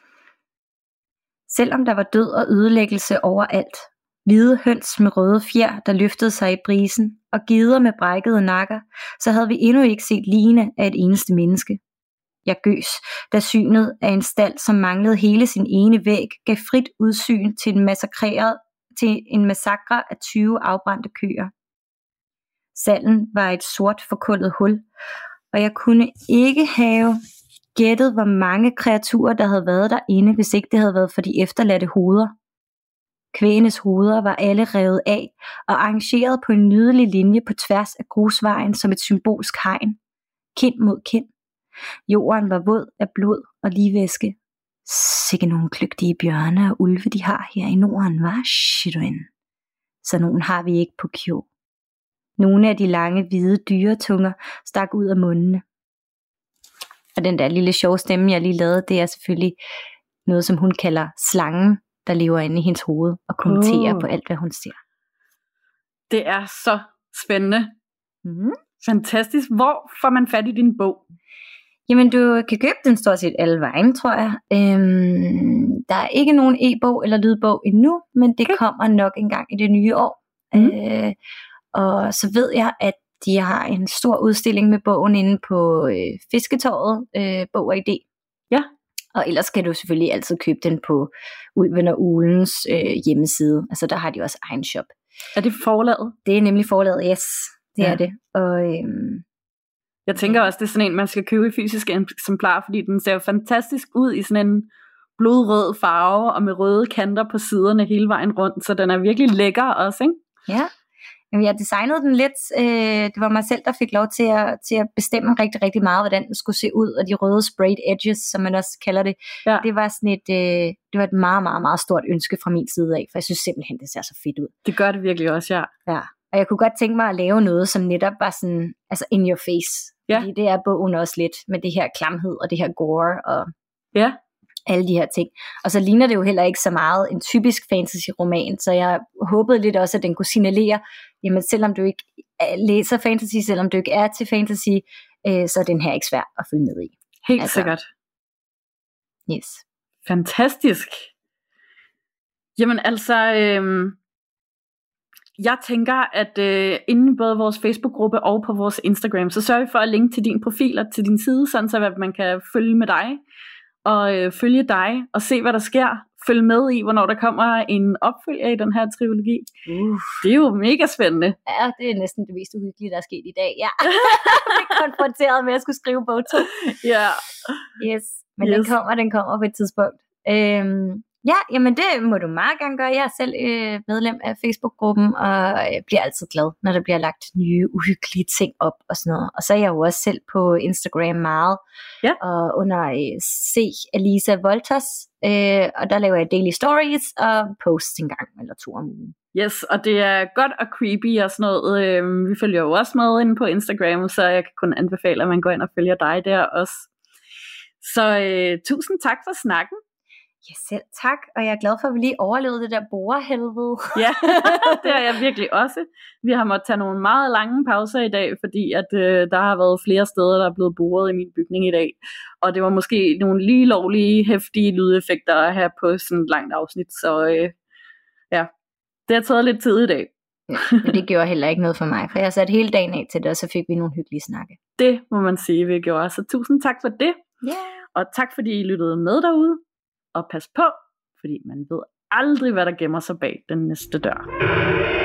Selvom der var død og ødelæggelse overalt, hvide høns med røde fjer, der løftede sig i brisen, og geder med brækkede nakker, så havde vi endnu ikke set ligene af et eneste menneske. Jeg gøs, da synet af en stald, som manglede hele sin ene væg, gav frit udsyn til en massakre af 20 afbrændte køer. Stalden var et sort forkullet hul, og jeg kunne ikke have gættet, hvor mange kreaturer, der havde været derinde, hvis ikke det havde været for de efterladte hoveder. Kvægenes hoveder var alle revet af og arrangeret på en nydelig linje på tværs af grusvejen som et symbolsk hegn. Kind mod kind. Jorden var våd af blod og ligevæske. Sikke nogle kløgtige bjørne og ulve, de har her i Norden, var shituen. Så nogen har vi ikke på Kjå. Nogle af de lange, hvide dyretunger stak ud af mundene. Og den der lille sjove stemme, jeg lige lavede, det er selvfølgelig noget, som hun kalder slangen, der lever inde i hendes hoved og kommenterer på alt, hvad hun ser. Det er så spændende. Fantastisk. Hvor får man fat i din bog? Jamen, du kan købe den stort set alle vejen, tror jeg. Der er ikke nogen e-bog eller lydbog endnu, men det kommer nok engang i det nye år. Og så ved jeg, at de har en stor udstilling med bogen inde på Fisketorvet, Bog og Idé. Ja. Og ellers kan du selvfølgelig altid købe den på Ulven og Ulens hjemmeside. Altså der har de også egen shop. Er det forlaget? Det er nemlig forlaget, yes. Det er det. Og jeg tænker også, det er sådan en, man skal købe i fysiske eksemplarer, fordi den ser jo fantastisk ud i sådan en blodrød farve, og med røde kanter på siderne hele vejen rundt, så den er virkelig lækker også, ikke? Ja. Jamen, jeg designede den lidt. Det var mig selv, der fik lov til at bestemme rigtig, rigtig meget, hvordan den skulle se ud, og de røde sprayed edges, som man også kalder det. Ja. Det var sådan det var et meget, meget, meget stort ønske fra min side af, for jeg synes simpelthen, det ser så fedt ud. Det gør det virkelig også, ja. Ja. Og jeg kunne godt tænke mig at lave noget, som netop var sådan, altså in your face. Ja. Fordi det er bogen også lidt, med det her klamhed og det her gore og alle de her ting. Og så ligner det jo heller ikke så meget en typisk fantasy-roman, så jeg håbede lidt også, at den kunne signalere, jamen selvom du ikke læser fantasy, selvom du ikke er til fantasy, så er den her ikke svær at følge med i. Helt sikkert. Yes. Fantastisk. Jamen altså, jeg tænker, at inde i både vores Facebook-gruppe og på vores Instagram, så sørger vi for at linke til din profil og til din side, sådan så at man kan følge med dig, og følge dig, og se hvad der sker. Følge med i, hvornår der kommer en opfølger i den her trilogi. Det er jo mega spændende. Ja, det er næsten det mest uhyggelige, der er sket i dag. Ja. Jeg er konfronteret med, at jeg skulle skrive bog 2. Ja. Yes, men den kommer på et tidspunkt. Ja, jamen det må du meget gerne gøre. Jeg er selv medlem af Facebook-gruppen, og jeg bliver altid glad, når der bliver lagt nye, uhyggelige ting op og sådan noget. Og så er jeg jo også selv på Instagram meget, og under C. Alisa Wolters, og der laver jeg daily stories og posts en gang eller 2 om ugen. Yes, og det er godt og creepy og sådan noget. Vi følger jo også med inde på Instagram, så jeg kan kun anbefale, at man går ind og følger dig der også. Så tusind tak for snakken. Ja, selv tak, og jeg er glad for, at vi lige overlevede det der borehelvede. Ja, det er jeg virkelig også. Vi har måttet tage nogle meget lange pauser i dag, fordi at der har været flere steder, der er blevet boret i min bygning i dag. Og det var måske nogle lige lovlige, heftige lydeffekter at have på sådan et langt afsnit. Så ja, det har taget lidt tid i dag. Men det gjorde heller ikke noget for mig, for jeg satte hele dagen af til det, og så fik vi nogle hyggelige snakke. Det må man sige, vi gjorde. Så tusind tak for det. Yeah. Og tak fordi I lyttede med derude. Og pas på, fordi man ved aldrig, hvad der gemmer sig bag den næste dør.